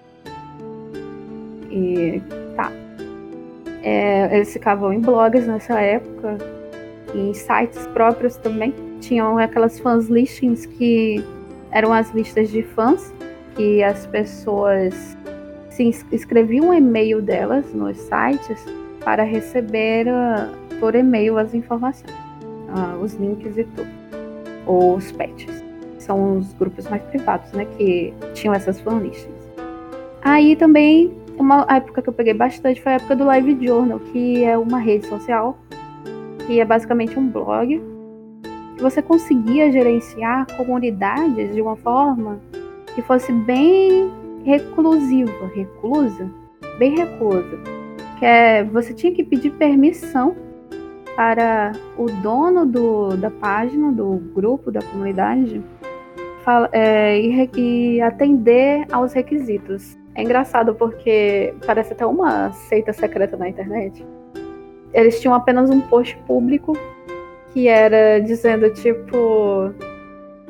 E tá. É, eles ficavam em blogs nessa época, em sites próprios também. Tinham aquelas fans listings que eram as listas de fãs, que as pessoas se escreviam um e-mail delas nos sites para receber uh, por e-mail as informações, uh, os links e tudo, ou os patches. São os grupos mais privados, né, que tinham essas fanlistings. Aí também, uma época que eu peguei bastante foi a época do Live Journal, que é uma rede social, que é basicamente um blog, que você conseguia gerenciar comunidades de uma forma que fosse bem reclusiva, reclusa, bem reclusa. Que é, você tinha que pedir permissão para o dono do, da página, do grupo, da comunidade, fala, é, e, e atender aos requisitos. É engraçado porque parece até uma seita secreta na internet. Eles tinham apenas um post público que era dizendo, tipo,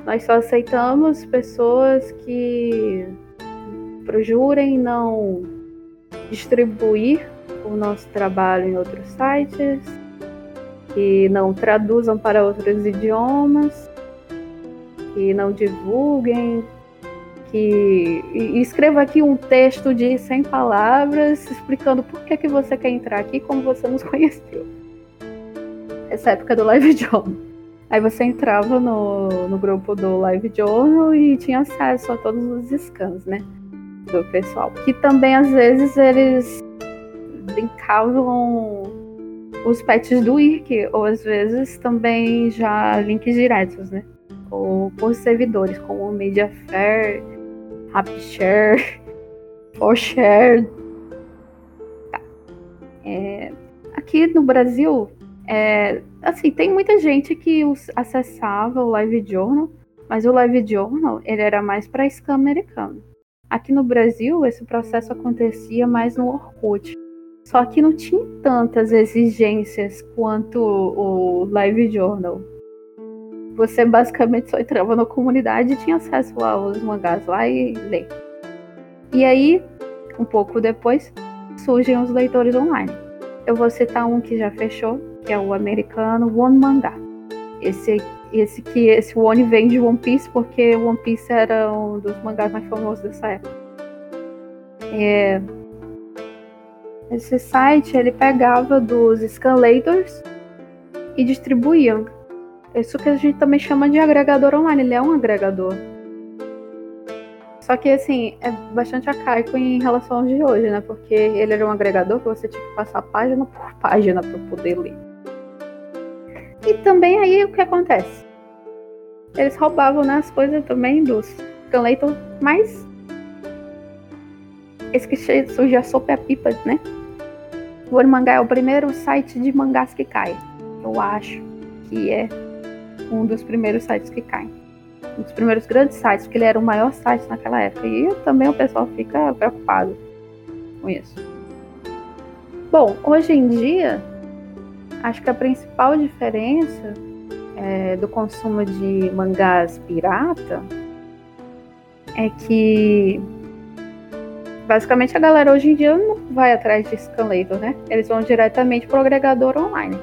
nós só aceitamos pessoas que jurem não distribuir o nosso trabalho em outros sites, que não traduzam para outros idiomas, que não divulguem, que e escreva aqui um texto de cem palavras explicando por que, que você quer entrar aqui, como você nos conheceu. Essa época do Live Journal. Aí você entrava no, no grupo do Live Journal e tinha acesso a todos os scans, né? Do pessoal. Que também, às vezes, eles linkavam os patches do I R C, ou às vezes também já links diretos, né? Ou por servidores, como o Mediafire, RapidShare, ForShare. Tá. É, aqui no Brasil, é, assim, tem muita gente que os, acessava o Live Journal, mas o Live Journal ele era mais para scam americano. Aqui no Brasil, esse processo acontecia mais no Orkut. Só que não tinha tantas exigências quanto o Live Journal. Você basicamente só entrava na comunidade e tinha acesso aos mangás lá e lê. E aí, um pouco depois, surgem os leitores online. Eu vou citar um que já fechou, que é o americano One Mangá. Esse, esse, que, esse One vem de One Piece, porque One Piece era um dos mangás mais famosos dessa época. É... Esse site, ele pegava dos scanlators e distribuía. Isso que a gente também chama de agregador online, ele é um agregador. Só que, assim, é bastante arcaico em relação ao de hoje, né? Porque ele era um agregador que você tinha que passar página por página para poder ler. E também aí o que acontece? Eles roubavam, né, as coisas também dos scanlators, mas esse que surge a sopa e a pipa, né? O One Mangá é o primeiro site de mangás que cai. Eu acho que é um dos primeiros sites que caem. Um dos primeiros grandes sites, porque ele era o maior site naquela época. E também o pessoal fica preocupado com isso. Bom, hoje em dia, acho que a principal diferença é, do consumo de mangás pirata é que basicamente a galera hoje em dia não vai atrás de scanlator, né? Eles vão diretamente pro agregador online.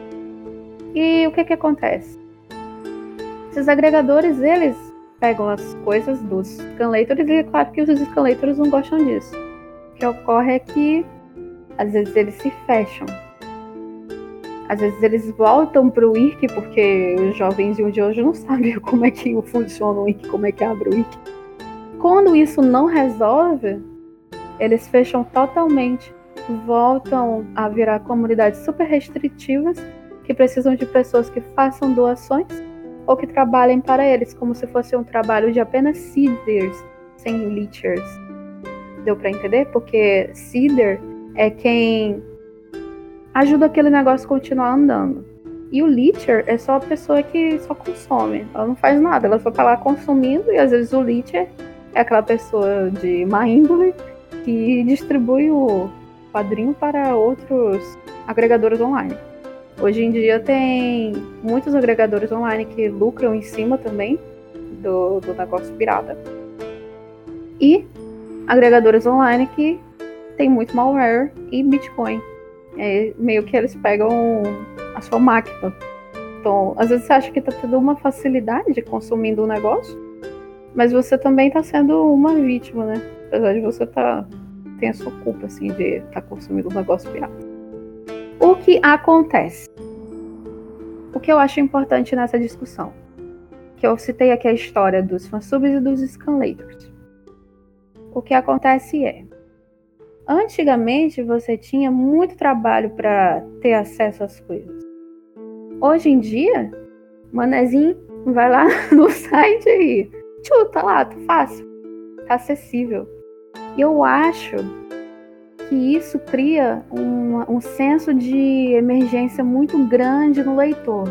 E o que que acontece? Esses agregadores, eles pegam as coisas dos scanlators e é claro que os scanlators não gostam disso. O que ocorre é que às vezes eles se fecham. Às vezes eles voltam pro I R C, porque os jovenzinhos de hoje não sabem como é que funciona o I R C, como é que abre o I R C. Quando isso não resolve, eles fecham totalmente, voltam a virar comunidades super restritivas que precisam de pessoas que façam doações ou que trabalhem para eles, como se fosse um trabalho de apenas seeders, sem leechers. Deu para entender? Porque seeder é quem ajuda aquele negócio a continuar andando. E o leecher é só a pessoa que só consome. Ela não faz nada, ela só tá lá consumindo e às vezes o leecher é aquela pessoa de má índole que distribui o quadrinho para outros agregadores online. Hoje em dia tem muitos agregadores online que lucram em cima também do, do negócio pirata. E agregadores online que tem muito malware e Bitcoin. É, meio que eles pegam a sua máquina. Então, às vezes você acha que está tendo uma facilidade consumindo um negócio, mas você também está sendo uma vítima, né? Apesar de você tá, ter a sua culpa assim, de estar tá consumindo um negócio pirata. O que acontece? O que eu acho importante nessa discussão? Que eu citei aqui a história dos fansubs e dos scanlators. O que acontece é, antigamente você tinha muito trabalho para ter acesso às coisas. Hoje em dia, manezinho, vai lá no site aí. Tchu, tá lá, tá fácil. Tá acessível. E eu acho que isso cria um, um senso de emergência muito grande no leitor.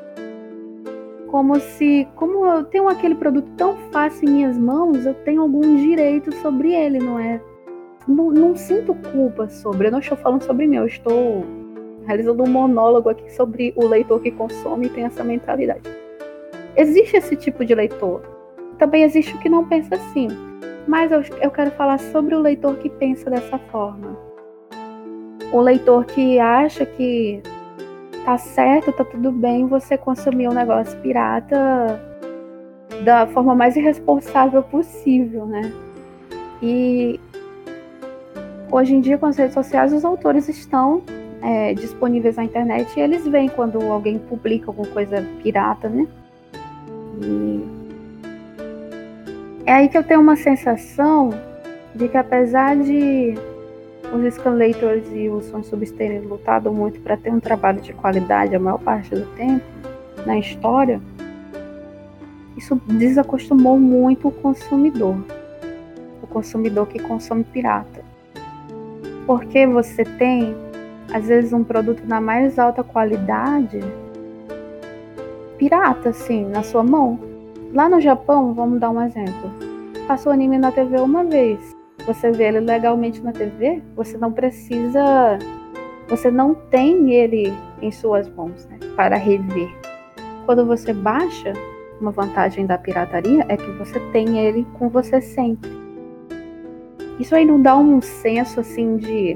Como se, como eu tenho aquele produto tão fácil em minhas mãos, eu tenho algum direito sobre ele, não é? Não, não sinto culpa sobre, eu não estou falando sobre mim, eu estou realizando um monólogo aqui sobre o leitor que consome e tem essa mentalidade. existe esse tipo de leitor. Também existe o que não pensa assim. Mas eu, eu quero falar sobre o leitor que pensa dessa forma. O leitor que acha que tá certo, tá tudo bem você consumir um negócio pirata da forma mais irresponsável possível, né? E hoje em dia, com as redes sociais, os autores estão é, disponíveis na internet e eles veem quando alguém publica alguma coisa pirata, né? E é aí que eu tenho uma sensação de que, apesar de os scanlators e os fansubs terem lutado muito para ter um trabalho de qualidade a maior parte do tempo na história, isso desacostumou muito o consumidor. O consumidor que consome pirata. Porque você tem, às vezes, um produto na mais alta qualidade pirata, assim, na sua mão. Lá no Japão, vamos dar um exemplo. Passou anime na T V uma vez. Você vê ele legalmente na T V, você não precisa... Você não tem ele em suas mãos, né, para rever. Quando você baixa, uma vantagem da pirataria é que você tem ele com você sempre. Isso aí não dá um senso assim de...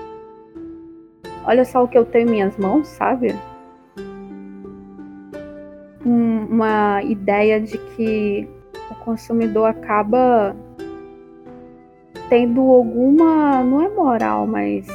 Olha só o que eu tenho em minhas mãos, sabe? Um, uma ideia de que o consumidor acaba tendo alguma... Não é moral, mas...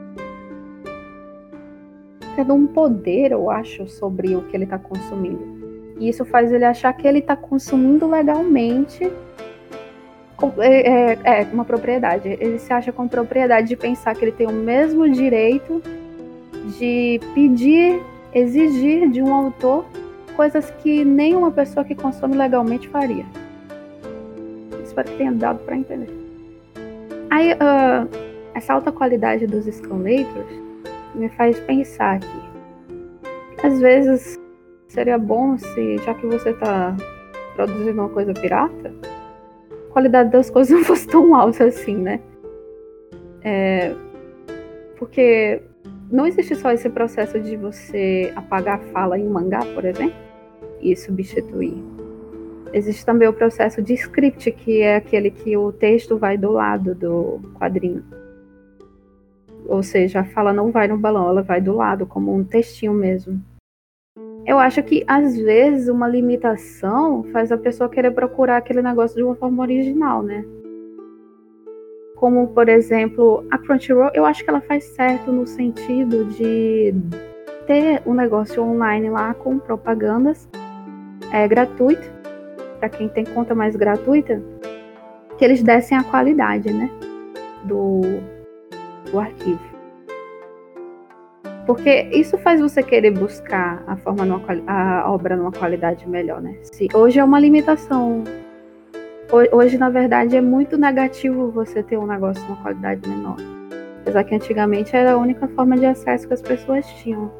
tendo um poder, eu acho, sobre o que ele está consumindo. E isso faz ele achar que ele está consumindo legalmente é, é, é, uma propriedade. Ele se acha com propriedade de pensar que ele tem o mesmo direito de pedir, exigir de um autor coisas que nenhuma pessoa que consome legalmente faria. Espero que tenha dado para entender. Aí, uh, essa alta qualidade dos scanlators me faz pensar que, às vezes, seria bom se, já que você está produzindo uma coisa pirata, a qualidade das coisas não fosse tão alta assim, né? É, porque não existe só esse processo de você apagar a fala em mangá, por exemplo, e substituir. Existe também o processo de script, que é aquele que o texto vai do lado do quadrinho. Ou seja, a fala não vai no balão, ela vai do lado, como um textinho mesmo. Eu acho que, às vezes, uma limitação faz a pessoa querer procurar aquele negócio de uma forma original, né? Como, por exemplo, a Crunchyroll, eu acho que ela faz certo no sentido de ter um negócio online lá com propagandas é, gratuito, para quem tem conta mais gratuita, que eles dessem a qualidade, né, do, do arquivo. Porque isso faz você querer buscar a, forma numa, a obra numa qualidade melhor, né? Se hoje é uma limitação. Hoje, na verdade, é muito negativo você ter um negócio numa qualidade menor. Apesar que antigamente era a única forma de acesso que as pessoas tinham.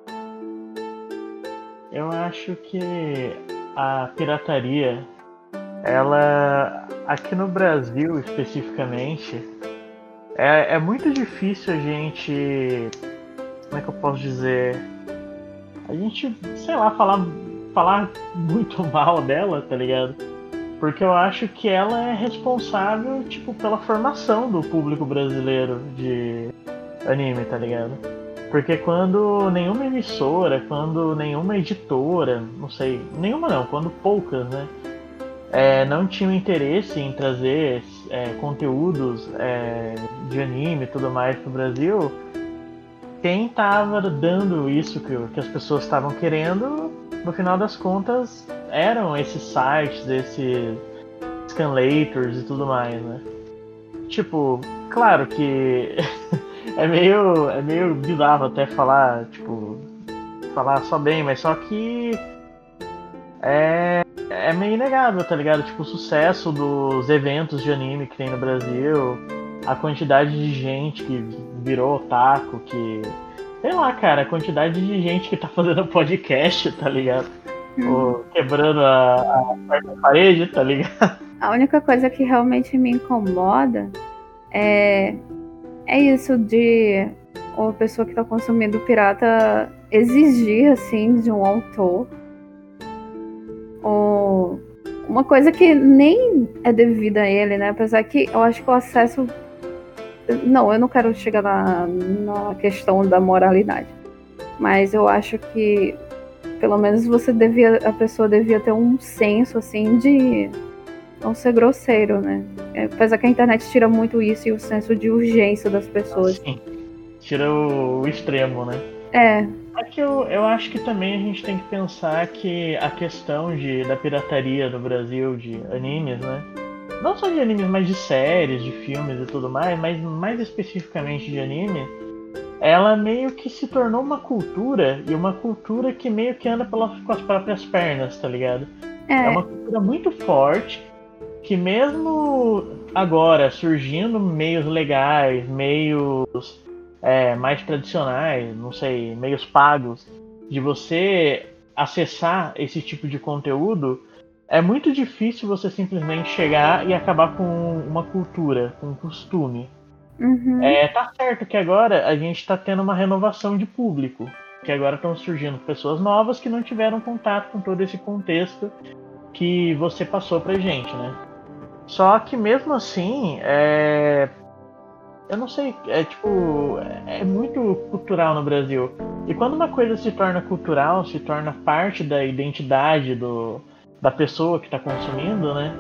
Eu acho que a pirataria, ela, aqui no Brasil especificamente, é, é muito difícil a gente... Como é que eu posso dizer? A gente, sei lá, falar, falar muito mal dela, tá ligado? Porque eu acho que ela é responsável, tipo, pela formação do público brasileiro de anime, tá ligado? Porque quando nenhuma emissora, quando nenhuma editora, não sei, nenhuma não, quando poucas, né? É, não tinham interesse em trazer é, conteúdos é, de anime e tudo mais pro Brasil... Quem estava dando isso que, que as pessoas estavam querendo, no final das contas, eram esses sites, esses scanlators e tudo mais, né? Tipo, claro que é meio, é meio bizarro até falar, tipo, falar só bem, mas só que é, é meio inegável, tá ligado? Tipo, o sucesso dos eventos de anime que tem no Brasil, a quantidade de gente que virou otaku, que... Sei lá, cara, a quantidade de gente que tá fazendo podcast, tá ligado? Hum. Ou quebrando a, a quarta parede, tá ligado? A única coisa que realmente me incomoda é, é isso de uma pessoa que tá consumindo pirata exigir, assim, de um autor uma coisa que nem é devida a ele, né? Apesar que eu acho que o acesso... Não, eu não quero chegar na, na questão da moralidade. Mas eu acho que, pelo menos, você devia, a pessoa devia ter um senso, assim, de não ser grosseiro, né? Apesar que a internet tira muito isso e o senso de urgência das pessoas. Sim, tira o, o extremo, né? É. É que eu, eu acho que também a gente tem que pensar que a questão de, da pirataria no Brasil de animes, né? Não só de animes, mas de séries, de filmes e tudo mais, mas mais especificamente de anime, ela meio que se tornou uma cultura, e uma cultura que meio que anda pelas, com as próprias pernas, tá ligado? É, É uma cultura muito forte, que mesmo agora surgindo meios legais, meios é, mais tradicionais, não sei, meios pagos, de você acessar esse tipo de conteúdo, é muito difícil você simplesmente chegar e acabar com uma cultura, com um costume. uhum. É, tá certo que agora a gente está tendo uma renovação de público, que agora estão surgindo pessoas novas que não tiveram contato com todo esse contexto que você passou pra gente, né? Só que mesmo assim, é... eu não sei, é tipo, é muito cultural no Brasil. E quando uma coisa se torna cultural, se torna parte da identidade do, da pessoa que está consumindo, né?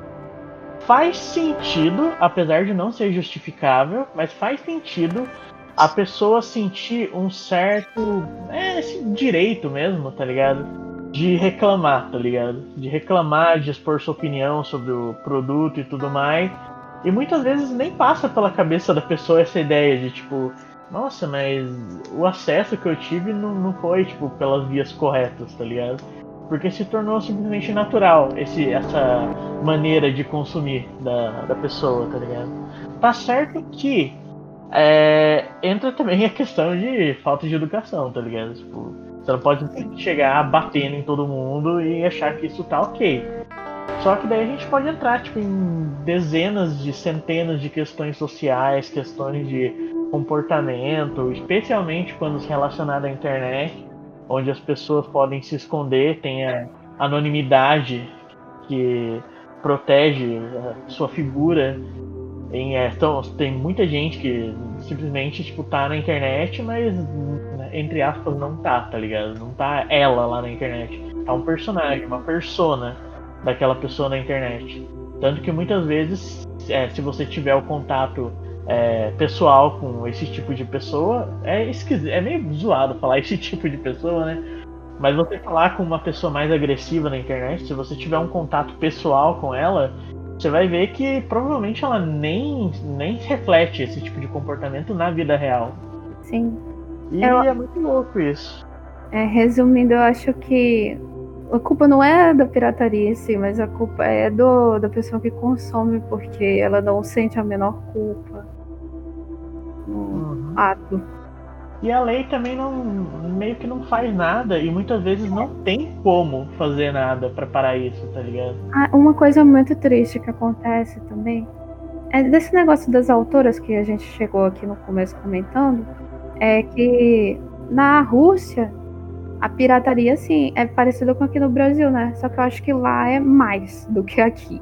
Faz sentido, apesar de não ser justificável, mas faz sentido a pessoa sentir um certo é, esse direito mesmo, tá ligado? De reclamar, tá ligado? De reclamar, de expor sua opinião sobre o produto e tudo mais. E muitas vezes nem passa pela cabeça da pessoa essa ideia de tipo, nossa, mas o acesso que eu tive não, não foi tipo pelas vias corretas, tá ligado? Porque se tornou simplesmente natural esse, essa maneira de consumir da, da pessoa, tá ligado? Tá certo que é, entra também a questão de falta de educação, tá ligado? Tipo, você não pode chegar batendo em todo mundo e achar que isso tá ok. Só que daí a gente pode entrar tipo, em dezenas de centenas de questões sociais, questões de comportamento, especialmente quando se relacionado à internet, onde as pessoas podem se esconder, tem a anonimidade que protege a sua figura. Em, é, então, tem muita gente que simplesmente tipo, tá na internet, mas entre aspas não tá, tá ligado? Não tá ela lá na internet. Tá um personagem, uma persona daquela pessoa na internet. Tanto que muitas vezes, é, se você tiver o contato é, pessoal com esse tipo de pessoa, é esquisito, é meio zoado falar esse tipo de pessoa, né? Mas você falar com uma pessoa mais agressiva na internet, se você tiver um contato pessoal com ela, você vai ver que provavelmente ela nem, nem reflete esse tipo de comportamento na vida real. Sim. E Eu... é muito louco isso. É, resumindo, eu acho que a culpa não é da pirataria em si, mas a culpa é do, da pessoa que consome, porque ela não sente a menor culpa no Uhum. ato. E a lei também não meio que não faz nada e muitas vezes não tem como fazer nada pra parar isso, tá ligado? Ah, uma coisa muito triste que acontece também é desse negócio das autoras que a gente chegou aqui no começo comentando, é que na Rússia a pirataria, sim, é parecida com aqui no Brasil, né? Só que eu acho que lá é mais do que aqui.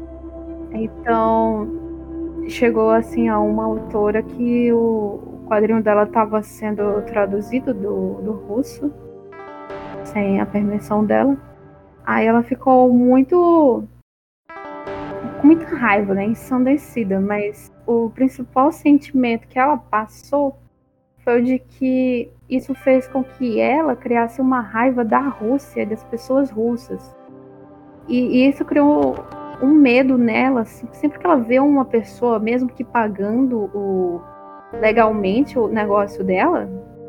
Então, chegou assim a uma autora que o quadrinho dela estava sendo traduzido do, do russo, sem a permissão dela. Aí ela ficou muito... com muita raiva, né? Ensandecida. Mas o principal sentimento que ela passou foi o de que isso fez com que ela criasse uma raiva da Rússia, das pessoas russas. E, e isso criou um medo nela, assim, sempre que ela vê uma pessoa, mesmo que pagando o, legalmente o negócio dela,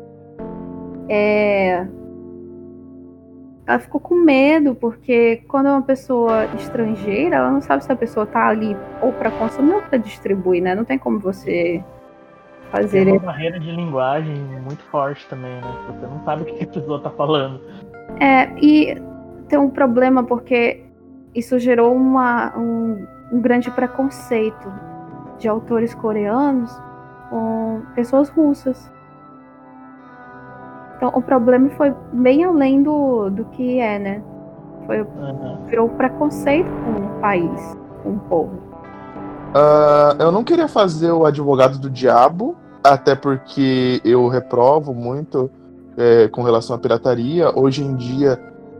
é, ela ficou com medo, porque quando é uma pessoa estrangeira, ela não sabe se a pessoa tá ali ou para consumir ou para distribuir, né? Não tem como você fazer... Tem uma barreira de linguagem muito forte também, né? Você não sabe o que a pessoa tá falando. É, e tem um problema porque isso gerou uma, um, um grande preconceito de autores coreanos com pessoas russas. Então o problema foi bem além do, do que é, né? Foi, Uhum. Virou preconceito com o país, com o povo. Uh, eu não queria fazer o advogado do diabo, até porque eu reprovo muito é, com relação à pirataria. Hoje em dia,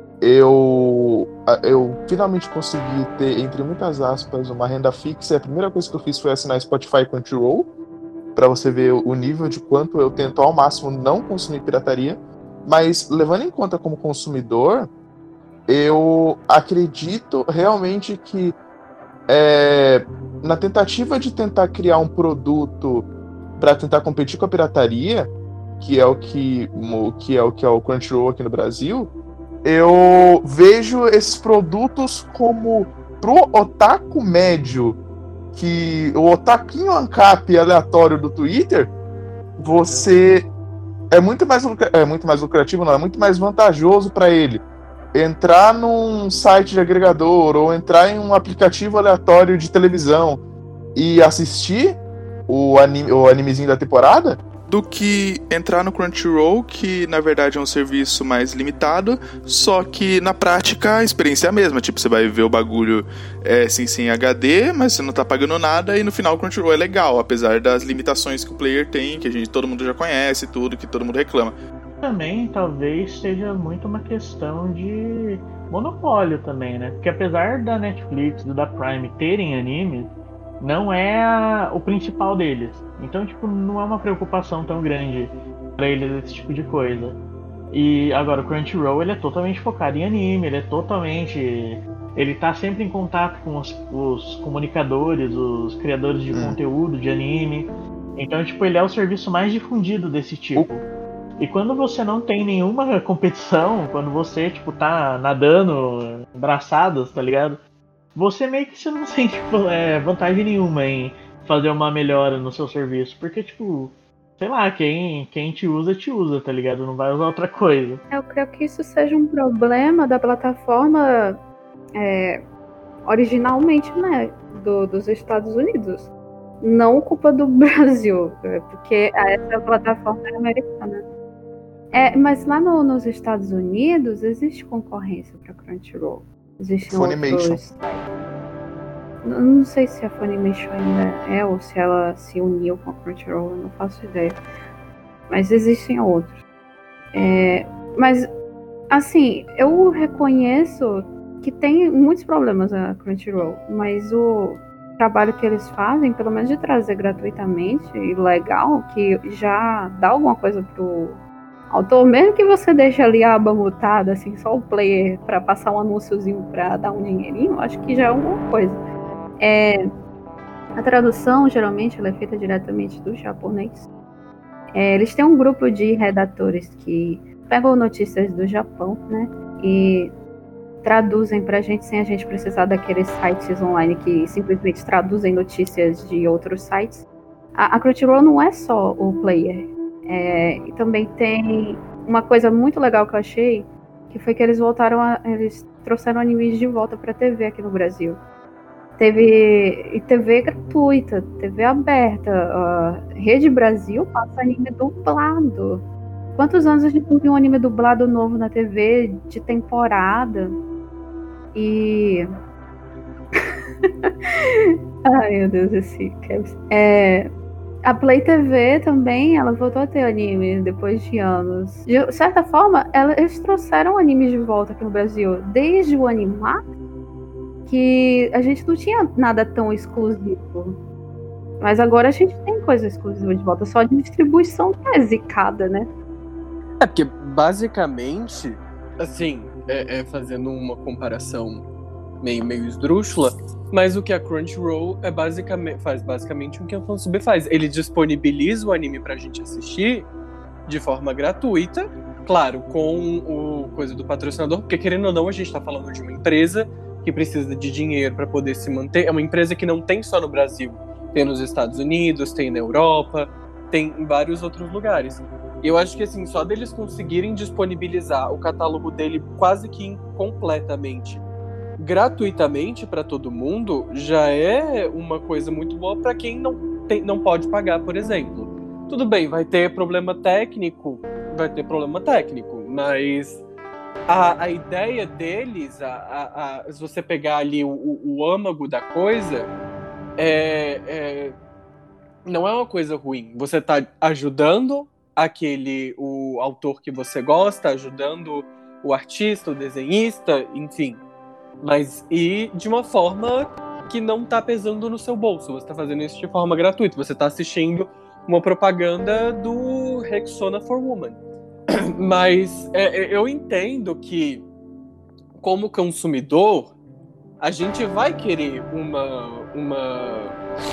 eu, eu finalmente consegui ter, entre muitas aspas, uma renda fixa. A primeira coisa que eu fiz foi assinar Spotify e Crunchyroll, para você ver o nível de quanto eu tento ao máximo não consumir pirataria. Mas, levando em conta como consumidor, eu acredito realmente que É, na tentativa de tentar criar um produto para tentar competir com a pirataria, que é o que, que é o que é o Crunchyroll aqui no Brasil, eu vejo esses produtos como pro otaku médio, que o otaquinho ancap aleatório do Twitter, você é muito mais lucra- é muito mais lucrativo, não, é muito mais vantajoso para ele entrar num site de agregador ou entrar em um aplicativo aleatório de televisão e assistir o, anime, o animezinho da temporada, do que entrar no Crunchyroll, que na verdade é um serviço mais limitado, só que na prática a experiência é a mesma. Tipo, você vai ver o bagulho é, sem, sem H D, mas você não tá pagando nada, e no final o Crunchyroll é legal, apesar das limitações que o player tem, que a gente, todo mundo já conhece, tudo, que todo mundo reclama. Também talvez seja muito uma questão de monopólio também, né? Porque apesar da Netflix e da Prime terem animes, não é a, o principal deles. Então, tipo, não é uma preocupação tão grande pra eles esse tipo de coisa. E agora o Crunchyroll, ele é totalmente focado em anime, ele é totalmente... Ele tá sempre em contato com os, os comunicadores, os criadores de hum. conteúdo de anime. Então, tipo, ele é o serviço mais difundido desse tipo. O... E quando você não tem nenhuma competição, quando você, tipo, tá nadando braçadas, tá ligado? Você meio que você não sente é, vantagem nenhuma em fazer uma melhora no seu serviço. Porque, tipo, sei lá, quem, quem te usa, te usa, tá ligado? Não vai usar outra coisa. Eu creio que isso seja um problema da plataforma é, originalmente, né, do, dos Estados Unidos. Não culpa do Brasil, porque essa plataforma é americana. É, mas lá no, nos Estados Unidos existe concorrência para Crunchyroll. Existem Funimation. Outros... Não, não sei se a Funimation ainda é ou se ela se uniu com a Crunchyroll, eu não faço ideia. Mas existem outros. É, mas, assim, eu reconheço que tem muitos problemas a Crunchyroll, mas o trabalho que eles fazem, pelo menos de trazer gratuitamente e legal, que já dá alguma coisa pro autor, mesmo que você deixe ali a aba mutada, assim, só o player para passar um anúnciozinho para dar um dinheirinho, acho que já é alguma coisa. É, a tradução, geralmente, ela é feita diretamente do japonês. É, eles têm um grupo de redatores que pegam notícias do Japão, né, e traduzem pra gente sem a gente precisar daqueles sites online que simplesmente traduzem notícias de outros sites. A, a Crunchyroll não é só o player. É, e também tem uma coisa muito legal que eu achei, que foi que eles voltaram a, eles trouxeram animes de volta pra T V aqui no Brasil. Teve e T V gratuita, T V aberta, uh, Rede Brasil passa anime dublado. Quantos anos a gente não viu um anime dublado novo na T V de temporada? E ai meu Deus, esse é... A Play T V também, ela voltou a ter anime depois de anos. De certa forma, ela, eles trouxeram animes de volta aqui no Brasil. Desde o Animax, que a gente não tinha nada tão exclusivo. Mas agora a gente tem coisa exclusiva de volta. Só a distribuição que é zicada, né? É porque, basicamente, assim, é, é fazendo uma comparação meio, meio esdrúxula, mas o que a Crunchyroll é basicamente, faz basicamente o que a Fansub faz. Ele disponibiliza o anime pra gente assistir de forma gratuita, claro, com o coisa do patrocinador, porque querendo ou não, a gente tá falando de uma empresa que precisa de dinheiro para poder se manter. É uma empresa que não tem só no Brasil, tem nos Estados Unidos, tem na Europa, tem em vários outros lugares. E eu acho que assim, só deles conseguirem disponibilizar o catálogo dele quase que completamente gratuitamente para todo mundo, já é uma coisa muito boa para quem não, tem, não pode pagar, por exemplo. Tudo bem, vai ter problema técnico, vai ter problema técnico, mas a, a ideia deles, a, a, a, se você pegar ali o, o, o âmago da coisa, é, é, não é uma coisa ruim. Você está ajudando aquele, o autor que você gosta, ajudando o artista, o desenhista, enfim. Mas e de uma forma que não está pesando no seu bolso. Você está fazendo isso de forma gratuita. Você está assistindo uma propaganda do Rexona for Women. Mas é, eu entendo que, como consumidor, a gente vai querer uma, uma,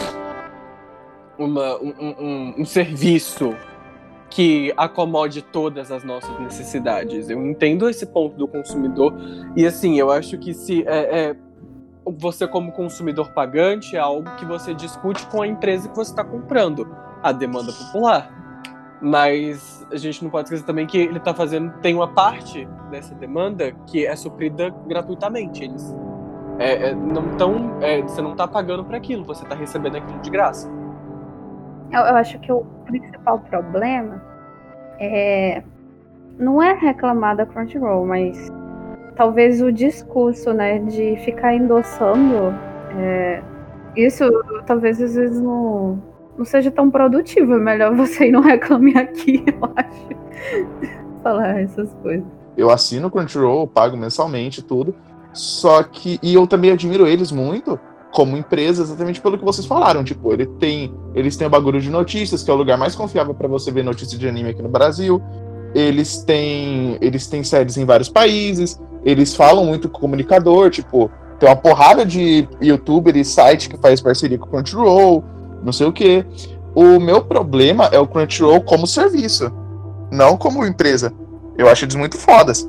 uma, um, um, um serviço que acomode todas as nossas necessidades. Eu entendo esse ponto do consumidor. E assim, eu acho que se é, é, você, como consumidor pagante, é algo que você discute com a empresa que você está comprando. A demanda popular. Mas a gente não pode esquecer também que ele está fazendo, tem uma parte dessa demanda que é suprida gratuitamente. Eles é, é, não tão, é, você não está pagando por aquilo, você está recebendo aquilo de graça. Eu, eu acho que o principal problema é, não é reclamar da Crunchyroll, mas talvez o discurso, né, de ficar endossando é, isso, talvez às vezes não, não seja tão produtivo. É melhor você ir no Reclame Aqui, eu acho, falar essas coisas. Eu assino o Crunchyroll, pago mensalmente tudo, só que, e eu também admiro eles muito como empresa, exatamente pelo que vocês falaram. Tipo, ele tem, eles têm o Bagulho de Notícias, que é o lugar mais confiável para você ver notícias de anime aqui no Brasil. Eles têm, eles têm sedes em vários países, eles falam muito com o comunicador, tipo, tem uma porrada de youtuber e site que faz parceria com o Crunchyroll, não sei o quê. O meu problema é o Crunchyroll como serviço, não como empresa. Eu acho eles muito fodas.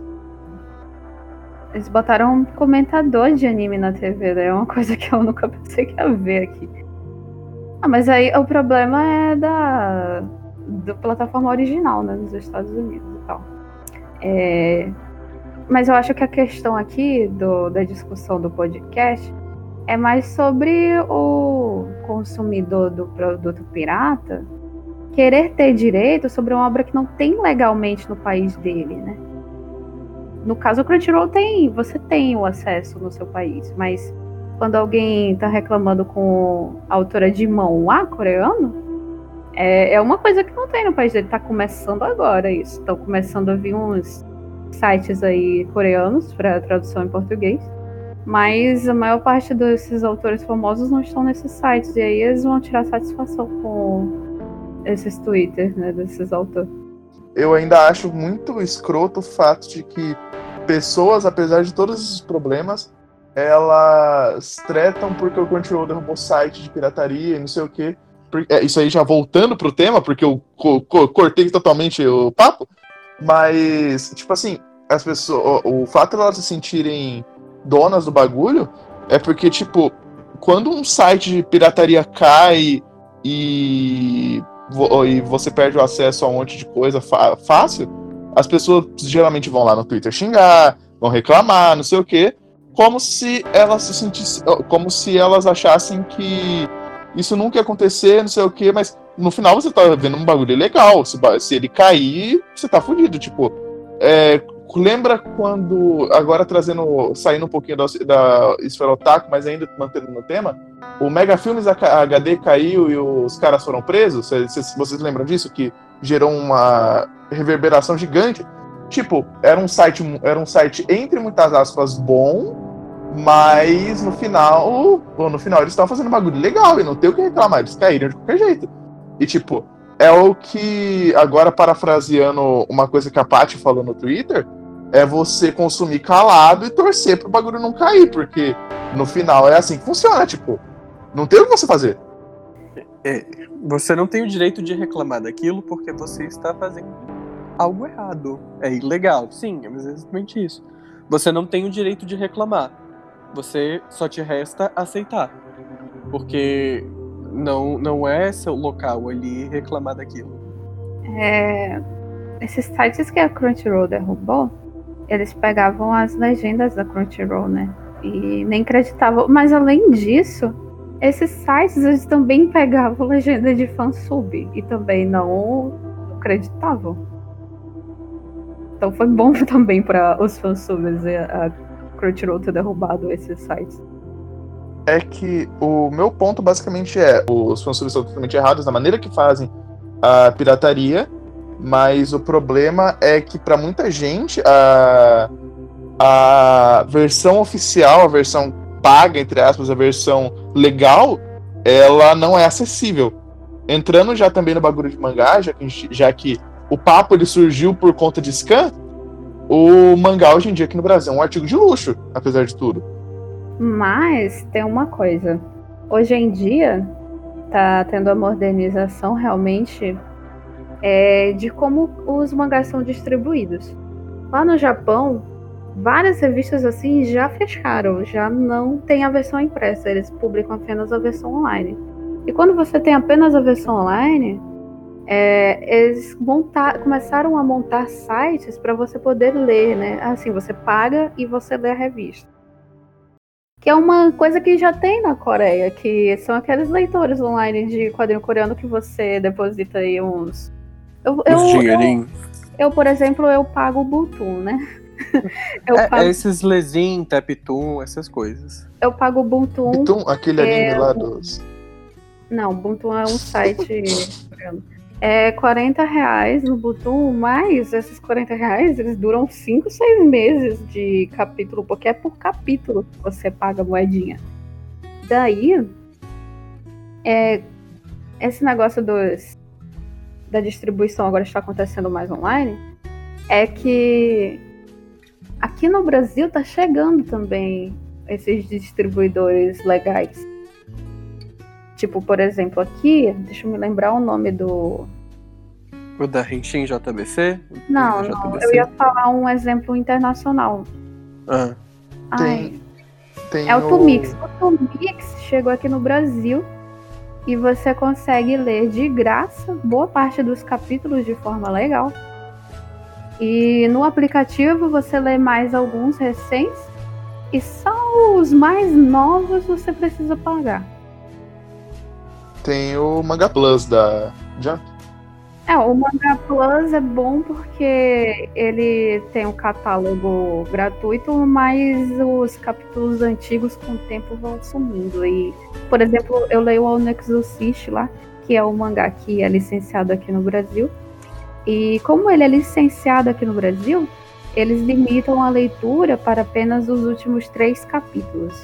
Eles botaram um comentador de anime na T V, né? É uma coisa que eu nunca pensei que ia ver aqui. Ah, mas aí o problema é da, da plataforma original, né? Nos Estados Unidos e tal. É, mas eu acho que a questão aqui do, da discussão do podcast é mais sobre o consumidor do produto pirata querer ter direito sobre uma obra que não tem legalmente no país dele, né? No caso, o Crunchyroll tem, você tem o acesso no seu país, mas quando alguém tá reclamando com a autora de manhwa coreano, é, é uma coisa que não tem no país dele, tá começando agora isso. Estão começando a vir uns sites aí coreanos para tradução em português, mas a maior parte desses autores famosos não estão nesses sites, e aí eles vão tirar satisfação com esses twitters, né, desses autores. Eu ainda acho muito escroto o fato de que pessoas, apesar de todos esses problemas, elas tretam porque o Crunchyroll derrubou site de pirataria e não sei o quê. Isso aí já voltando pro tema, porque eu co- co- cortei totalmente o papo, mas, tipo assim, as pessoas, o, o fato de elas se sentirem donas do bagulho é porque, tipo, quando um site de pirataria cai e e você perde o acesso a um monte de coisa fácil, as pessoas geralmente vão lá no Twitter xingar, vão reclamar, não sei o quê, como se elas se sentissem, como se elas achassem que isso nunca ia acontecer, não sei o quê, mas no final você tá vendo um bagulho legal. Se, se ele cair, você tá fudido. Tipo, é, lembra quando, agora trazendo, saindo um pouquinho da, da Esfera Otaku, mas ainda mantendo no tema, o Mega Filmes H D caiu e os caras foram presos? Vocês, vocês lembram disso? Que gerou uma reverberação gigante. Tipo, era um site, era um site entre muitas aspas bom, mas no final, no final eles estavam fazendo um bagulho legal e não tem o que reclamar, eles caíram de qualquer jeito. E tipo, é o que, agora parafraseando uma coisa que a Paty falou no Twitter, é você consumir calado e torcer pro bagulho não cair, porque no final é assim que funciona, tipo, não tem o que você fazer. É, você não tem o direito de reclamar daquilo porque você está fazendo algo errado. É ilegal, sim, é exatamente isso. Você não tem o direito de reclamar. Você só te resta aceitar. Porque não, não é seu local ali reclamar daquilo. É, esses sites que a Crunchyroll derrubou, eles pegavam as legendas da Crunchyroll, né? E nem acreditavam. Mas além disso, esses sites eles também pegavam legenda de fansub e também não acreditavam. Então foi bom também para os fansubs a Crunchyroll ter derrubado esses sites. É que o meu ponto basicamente é: os fansubs são totalmente errados na maneira que fazem a pirataria, mas o problema é que para muita gente a, a versão oficial, a versão paga, entre aspas, a versão legal, ela não é acessível. Entrando já também no bagulho de mangá, já que, já que o papo ele surgiu por conta de scan, o mangá hoje em dia aqui no Brasil é um artigo de luxo, apesar de tudo. Mas tem uma coisa. Hoje em dia tá tendo a modernização realmente é, de como os mangás são distribuídos. Lá no Japão, várias revistas assim já fecharam, já não tem a versão impressa, eles publicam apenas a versão online. E quando você tem apenas a versão online, é, eles montar, começaram a montar sites para você poder ler, né? Assim, você paga e você lê a revista. Que é uma coisa que já tem na Coreia, que são aqueles leitores online de quadrinho coreano que você deposita aí uns... Eu, eu, Uns dinheirinhos. Eu, eu, por exemplo, eu pago o Butum, né? Eu é, pago... é esses Lezin, Teptoon, essas coisas. Eu pago o Butum. Butum, aquele é... anime lá dos... Não, o Butum é um site coreano. É quarenta reais no Butum, mas esses quarenta reais, eles duram cinco, seis meses de capítulo, porque é por capítulo que você paga a moedinha. Daí, é, esse negócio dos, da distribuição agora está acontecendo mais online, é que aqui no Brasil tá chegando também esses distribuidores legais. Tipo, por exemplo, aqui, deixa eu me lembrar o nome do... O da Henshin J B C? Não, J B C? não, eu ia falar um exemplo internacional. Ah. Ai, Tem, tem é o Tumix. O Tumix chegou aqui no Brasil e você consegue ler de graça boa parte dos capítulos de forma legal. E no aplicativo você lê mais alguns recentes e só os mais novos você precisa pagar. Tem o Manga Plus da Jump. É, o Manga Plus é bom porque ele tem um catálogo gratuito, mas os capítulos antigos com o tempo vão sumindo. E, por exemplo, eu leio o Nexus lá, que é o mangá que é licenciado aqui no Brasil. E como ele é licenciado aqui no Brasil, eles limitam a leitura para apenas os últimos três capítulos.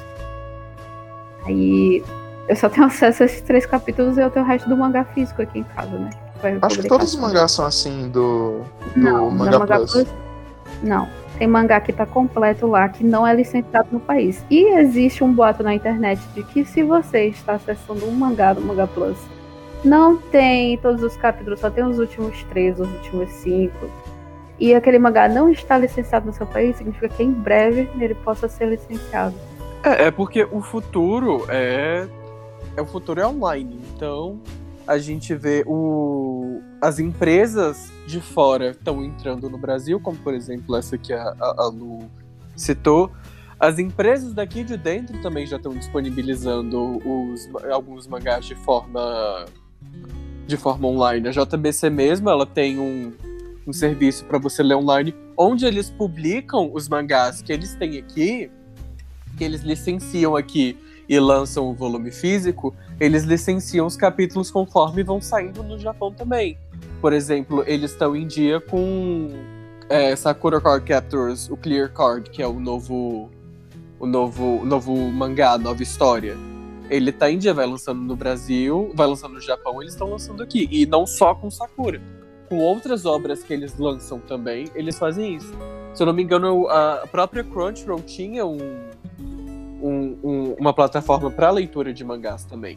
Aí... eu só tenho acesso a esses três capítulos e eu tenho o resto do mangá físico aqui em casa, né? Acho que todos os mangás são assim, do, do não, Manga, Manga Plus. Plus. Não, tem mangá que tá completo lá, que não é licenciado no país. E existe um boato na internet de que se você está acessando um mangá do Manga Plus, não tem todos os capítulos, só tem os últimos três, os últimos cinco. E aquele mangá não está licenciado no seu país, significa que em breve ele possa ser licenciado. É, é porque o futuro é... O futuro é online, então a gente vê o... as empresas de fora estão entrando no Brasil, como por exemplo essa que a, a, a Lu citou. As empresas daqui de dentro também já estão disponibilizando os, alguns mangás de forma, de forma online. A J B C mesmo, ela tem um, um serviço para você ler online, onde eles publicam os mangás que eles têm aqui, que eles licenciam aqui e lançam o volume físico, eles licenciam os capítulos conforme vão saindo no Japão também. Por exemplo, eles estão em dia com é, Sakura Card Captors, o Clear Card, que é o novo, o novo, o novo mangá, a nova história. Ele tá em dia, vai lançando no Brasil, vai lançando no Japão, eles estão lançando aqui. E não só com Sakura. Com outras obras que eles lançam também, eles fazem isso. Se eu não me engano, a própria Crunchyroll tinha um Um, um, uma plataforma para leitura de mangás também.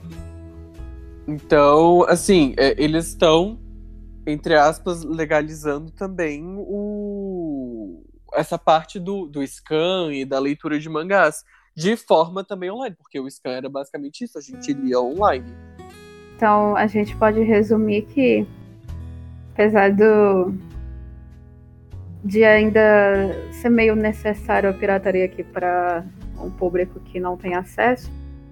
Então, assim, é, eles estão, entre aspas, legalizando também o, essa parte do, do scan e da leitura de mangás de forma também online, porque o scan era basicamente isso, a gente lia online. Então, a gente pode resumir que, apesar do de ainda ser meio necessário a pirataria aqui para um público que não tem acesso,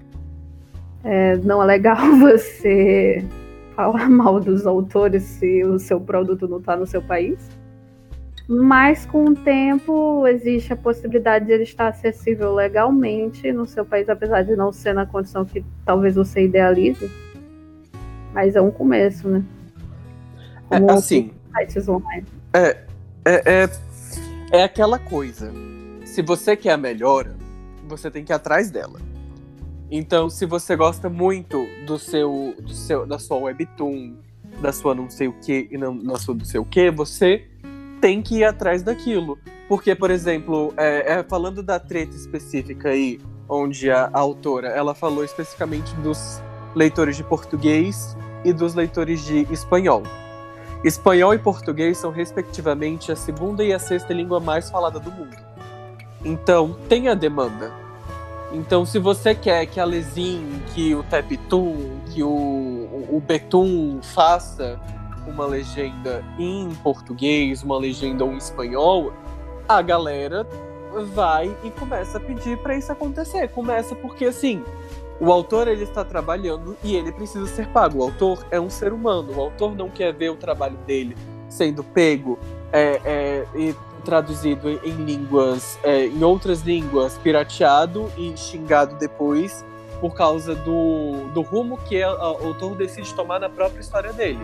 é, não é legal você falar mal dos autores se o seu produto não está no seu país. mas com o tempo existe a possibilidade de ele estar acessível legalmente no seu país, apesar de não ser na condição que talvez você idealize. Mas é um começo, né? Como é, assim, sites online. É, é, é, é aquela coisa. Se você quer a melhora, você tem que ir atrás dela. Então, se você gosta muito do seu, do seu, da sua webtoon, da sua não sei o que e não da sua não sei o que, você tem que ir atrás daquilo. Porque, por exemplo, é, é, falando da treta específica aí, onde a, a autora ela falou especificamente dos leitores de português e dos leitores de espanhol. Espanhol e português são, respectivamente, a segunda e a sexta língua mais falada do mundo. Então, tem a demanda. Então, se você quer que a Lezin, que o Teptoon, que o, o Betum faça uma legenda em português, uma legenda em espanhol, a galera vai e começa a pedir para isso acontecer. Começa porque, assim, o autor ele está trabalhando e ele precisa ser pago. O autor é um ser humano. O autor não quer ver o trabalho dele sendo pego é, é, e traduzido em línguas, é, em outras línguas, pirateado e xingado depois por causa do, do rumo que o autor decide tomar na própria história dele.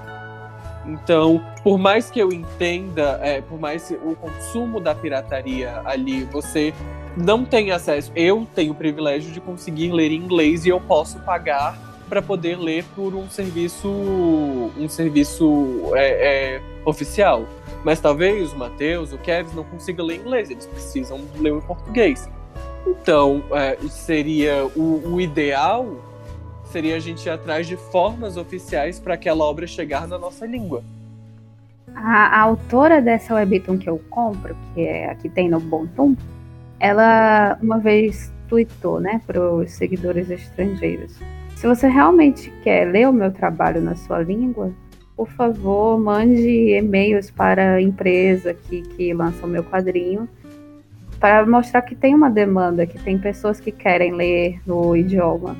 Então, por mais que eu entenda, é, por mais que o consumo da pirataria ali, você não tem acesso. Eu tenho o privilégio de conseguir ler em inglês e eu posso pagar para poder ler por um serviço, um serviço é, é, oficial. Mas talvez o Matheus, o Kevin não consigam ler em inglês, eles precisam ler em português. Então, é, seria o, o ideal seria a gente ir atrás de formas oficiais para aquela obra chegar na nossa língua. A, a autora dessa webtoon que eu compro, que é a que tem no Bontum, ela uma vez tweetou, né, para os seguidores estrangeiros: se você realmente quer ler o meu trabalho na sua língua, por favor, mande e-mails para a empresa que, que lança o meu quadrinho, para mostrar que tem uma demanda, que tem pessoas que querem ler no idioma.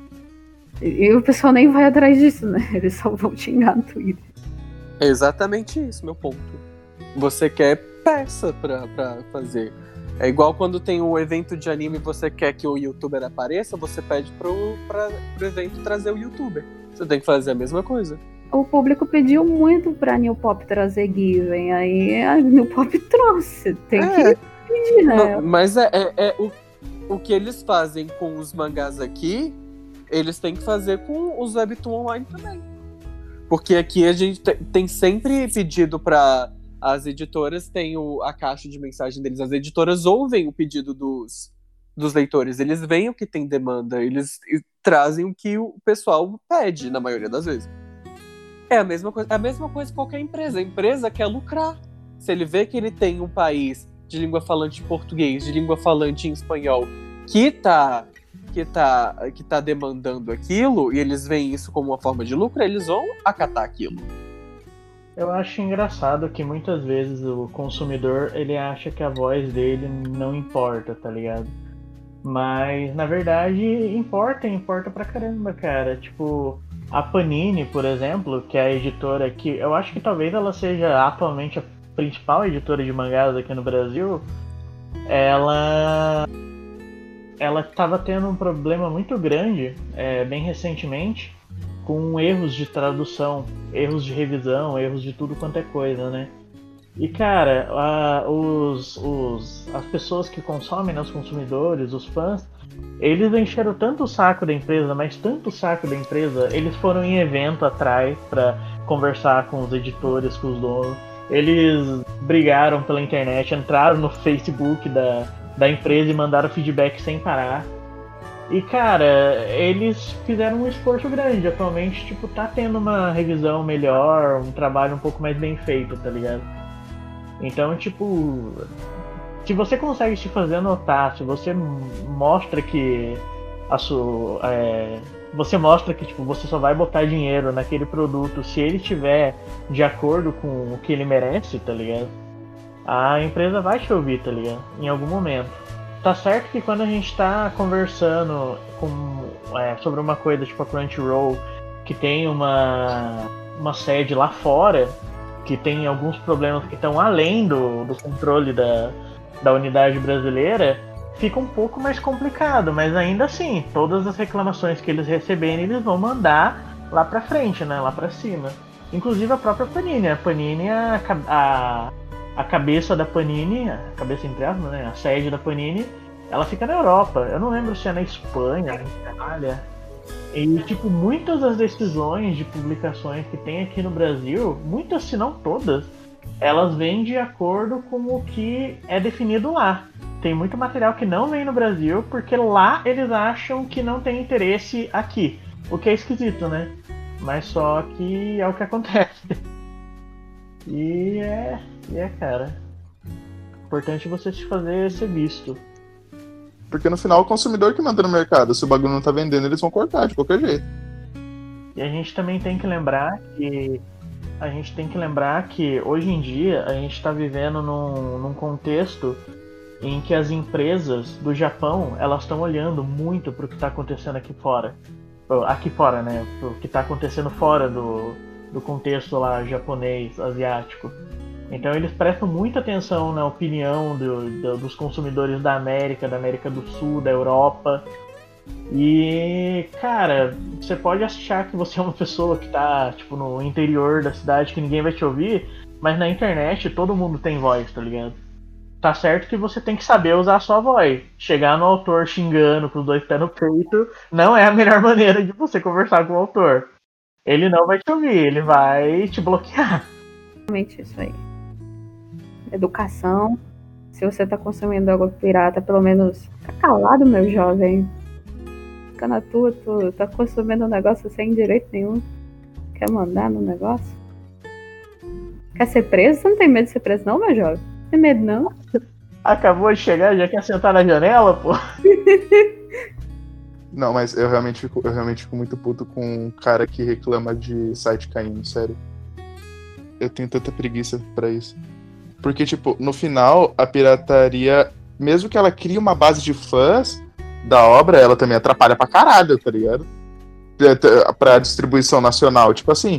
E, e o pessoal nem vai atrás disso, né? Eles só vão xingar no Twitter. É exatamente isso, meu ponto. Você quer peça pra, pra fazer. É igual quando tem um evento de anime e você quer que o youtuber apareça, você pede pro, pra, pro evento trazer o youtuber. Você tem que fazer a mesma coisa. O público pediu muito pra New Pop trazer Given, aí a New Pop trouxe. Tem é. que pedir, né? Não, mas é, é, é o, o que eles fazem com os mangás aqui, eles têm que fazer com os webtoon online também. Porque aqui a gente tem sempre pedido para as editoras, tem o, a caixa de mensagem deles. As editoras ouvem o pedido dos, dos leitores. Eles veem o que tem demanda. Eles trazem o que o pessoal pede, na maioria das vezes. É a mesma coisa, é a mesma coisa que qualquer empresa. A empresa quer lucrar. Se ele vê que ele tem um país de língua falante em português, de língua falante em espanhol, que tá... que tá, que tá demandando aquilo, e eles veem isso como uma forma de lucro, eles vão acatar aquilo. Eu acho engraçado que muitas vezes o consumidor, ele acha que a voz dele não importa, tá ligado? Mas, na verdade, importa, importa pra caramba, cara. Tipo, a Panini, por exemplo, que é a editora que... eu acho que talvez ela seja atualmente a principal editora de mangás aqui no Brasil. Ela... ela estava tendo um problema muito grande, é, bem recentemente, com erros de tradução, erros de revisão, erros de tudo quanto é coisa, né? E, cara, a, os, os, as pessoas que consomem, né, os consumidores, os fãs, eles encheram tanto o saco da empresa, mas tanto o saco da empresa, eles foram em evento atrás para conversar com os editores, com os donos, eles brigaram pela internet, entraram no Facebook da... da empresa e mandaram feedback sem parar. E, cara, eles fizeram um esforço grande. Atualmente, tipo, tá tendo uma revisão melhor, um trabalho um pouco mais bem feito, tá ligado? Então, tipo, se você consegue se fazer notar, se você mostra que a sua... É, você mostra que, tipo, você só vai botar dinheiro naquele produto se ele estiver de acordo com o que ele merece, tá ligado? A empresa vai te ouvir, tá ligado? Em algum momento. Tá certo que quando a gente tá conversando com, é, sobre uma coisa tipo a Crunchyroll, que tem uma, uma sede lá fora, que tem alguns problemas que estão além do, do controle da, da unidade brasileira, fica um pouco mais complicado, mas ainda assim, todas as reclamações que eles receberem, eles vão mandar lá pra frente, né? Lá pra cima. Inclusive a própria Panini. A Panini, a, a, a cabeça da Panini, a cabeça entre aspas, né? A sede da Panini, ela fica na Europa. Eu não lembro se é na Espanha, na Itália. E, tipo, muitas das decisões de publicações que tem aqui no Brasil, muitas, se não todas, elas vêm de acordo com o que é definido lá. Tem muito material que não vem no Brasil, porque lá eles acham que não tem interesse aqui. O que é esquisito, né? Mas só que é o que acontece. E é, e é cara. Importante você se fazer ser visto. Porque no final é o consumidor que manda no mercado. Se o bagulho não tá vendendo, eles vão cortar de qualquer jeito. E a gente também tem que lembrar que a gente tem que lembrar que hoje em dia a gente está vivendo num, num contexto em que as empresas do Japão, elas estão olhando muito para o que está acontecendo aqui fora. Aqui fora, né? Para o que está acontecendo fora do, do contexto lá japonês, asiático. Então eles prestam muita atenção na opinião do, do, dos consumidores da América, da América do Sul, da Europa. E, cara, você pode achar que você é uma pessoa que tá, tipo, no interior da cidade, que ninguém vai te ouvir, mas na internet todo mundo tem voz, tá ligado? Tá certo que você tem que saber usar a sua voz. Chegar no autor xingando com os dois pés no peito não é a melhor maneira de você conversar com o autor. Ele não vai te ouvir, ele vai te bloquear. Realmente isso aí. Educação. Se você tá consumindo algo pirata, pelo menos fica calado, meu jovem. Fica na tua, tu tá consumindo um negócio sem direito nenhum. Quer mandar no negócio? Quer ser preso? Você não tem medo de ser preso não, meu jovem? Tem medo não? Acabou de chegar, já quer sentar na janela, pô? Não, mas eu realmente fico, eu realmente fico muito puto com um cara que reclama de site caindo, sério. Eu tenho tanta preguiça pra isso. Porque, tipo, no final, a pirataria, mesmo que ela crie uma base de fãs da obra, ela também atrapalha pra caralho, tá ligado? Pra distribuição nacional. Tipo assim,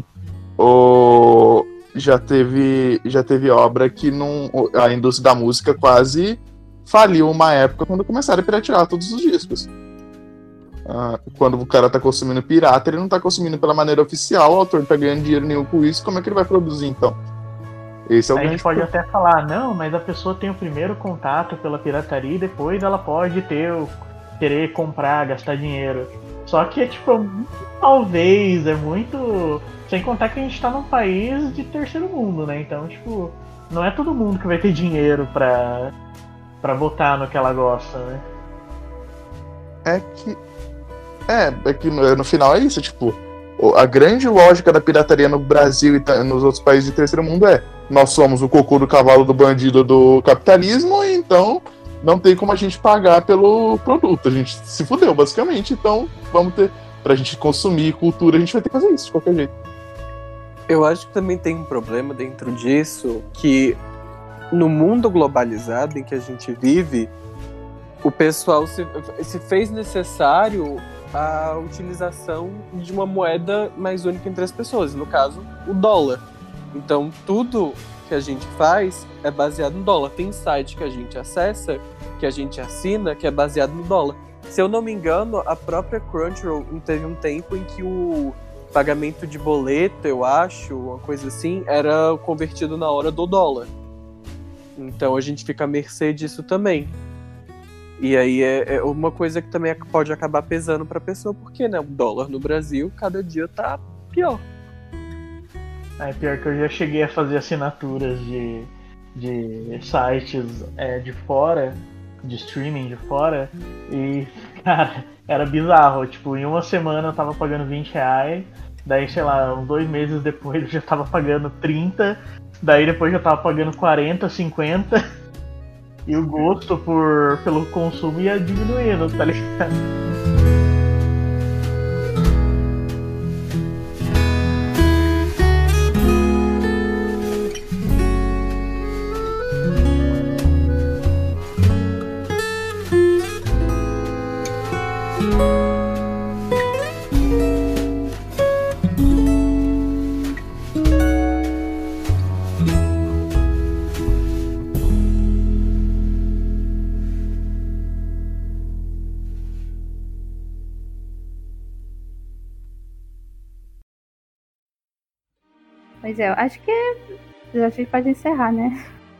o... já, teve, já teve obra que não... a indústria da música quase faliu uma época quando começaram a piratear todos os discos. Ah, quando o cara tá consumindo pirata, ele não tá consumindo pela maneira oficial, o autor não tá ganhando dinheiro nenhum com isso, como é que ele vai produzir então? Esse é o a gente pode pro... até falar, não, mas a pessoa tem o primeiro contato pela pirataria e depois ela pode ter o querer comprar, gastar dinheiro. Só que, tipo, talvez, é muito... Sem contar que a gente tá num país de terceiro mundo, né? Então, tipo, não é todo mundo que vai ter dinheiro pra, pra botar no que ela gosta, né? É que... É, é que no, no final é isso, tipo... A grande lógica da pirataria no Brasil e nos outros países de terceiro mundo é: nós somos o cocô do cavalo do bandido do capitalismo, então não tem como a gente pagar pelo produto. A gente se fudeu, basicamente. Então, vamos ter. Pra gente consumir cultura, a gente vai ter que fazer isso de qualquer jeito. Eu acho que também tem um problema dentro disso, que no mundo globalizado em que a gente vive, o pessoal se, se fez necessário a utilização de uma moeda mais única entre as pessoas, no caso, o dólar. Então, tudo que a gente faz é baseado no dólar. Tem site que a gente acessa, que a gente assina, que é baseado no dólar. Se eu não me engano, a própria Crunchyroll teve um tempo em que o pagamento de boleto, eu acho, uma coisa assim, era convertido na hora do dólar. Então, a gente fica à mercê disso também. E aí é, é uma coisa que também pode acabar pesando pra pessoa, porque, né, o dólar no Brasil cada dia tá pior. É pior que eu já cheguei a fazer assinaturas de, de sites é, de fora, de streaming de fora, e, cara, era bizarro. Tipo, em uma semana eu tava pagando vinte reais, daí, sei lá, uns dois meses depois eu já tava pagando trinta, daí depois eu tava pagando quarenta, cinquenta... E o gosto por, pelo consumo ia diminuindo, tá ligado? Pois é, eu acho que a gente pode encerrar, né?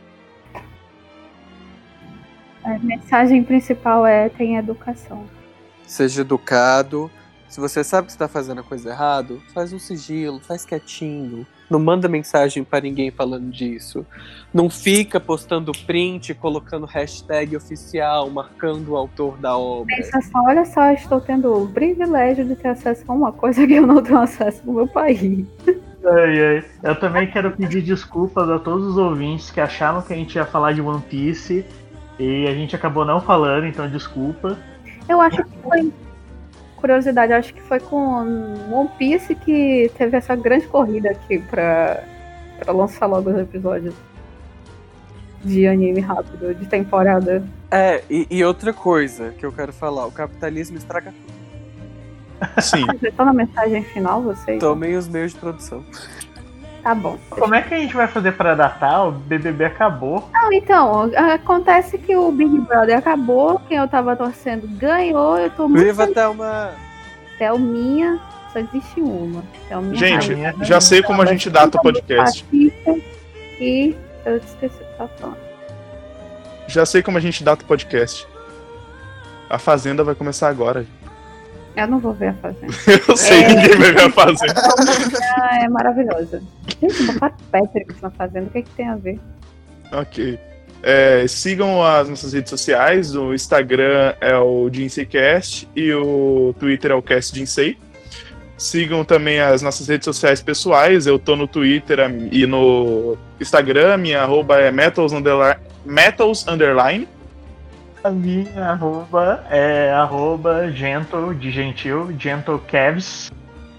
A mensagem principal é: tenha educação. Seja educado. Se você sabe que está fazendo a coisa errada, faz um sigilo, faz quietinho. Não manda mensagem para ninguém falando disso. Não fica postando print, colocando hashtag oficial, marcando o autor da obra. Pensa só, olha só, eu estou tendo o privilégio de ter acesso a uma coisa que eu não tenho acesso no meu país. Ai, ai. Eu também quero pedir desculpas a todos os ouvintes que acharam que a gente ia falar de One Piece e a gente acabou não falando, então desculpa. Eu acho que foi... Curiosidade, eu acho que foi com One Piece que teve essa grande corrida aqui pra, pra lançar logo os episódios de anime rápido, de temporada. É, e, e outra coisa que eu quero falar, o capitalismo estraga tudo. Sim. Você tá na mensagem final, vocês? Tomem os meios de produção. Tá bom. Como é que a gente vai fazer pra datar? O B B B acabou. Não, então, acontece que o Big Brother acabou, quem eu tava torcendo ganhou, eu tô muito Viva feliz. Thelma! Thelminha, só existe uma. Thelminha Gente, rainha. já sei como a gente data o podcast. E eu esqueci o que eu tava falando. Já sei como a gente data o podcast. A Fazenda vai começar agora. Eu não vou ver a Fazenda. Eu sei, É. ninguém vai ver a Fazenda. Ah, é maravilhosa. Gente, botar Patrick na Fazenda, o que, é que tem a ver? Ok. É, sigam as nossas redes sociais. O Instagram é o JinseiCast e o Twitter é o Cast Jinsei. Sigam também as nossas redes sociais pessoais. Eu tô no Twitter e no Instagram. Minha arroba é metals underline. Metals underline. A minha arroba é arroba gentle, de gentil, gentlekevs.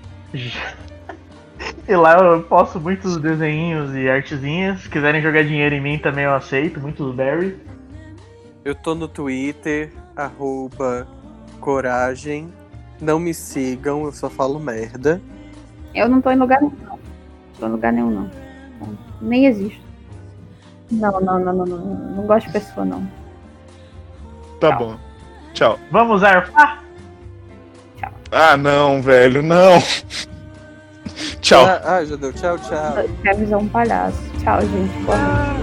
E lá eu posto muitos desenhinhos e artezinhas. Se quiserem jogar dinheiro em mim também eu aceito, muitos berry. Eu tô no Twitter, arroba coragem. Não me sigam, eu só falo merda. Eu não tô em lugar nenhum, não. Não tô em lugar nenhum, não. Nem existo. Não, não, não, não, não. Não gosto de pessoa, não. Tá Tchau. bom. Tchau. Vamos arfar? Ah, não, velho, não. Tchau. Ah, ah, já deu. Tchau, tchau. Quer avisar um palhaço. Tchau, gente. Boa noite.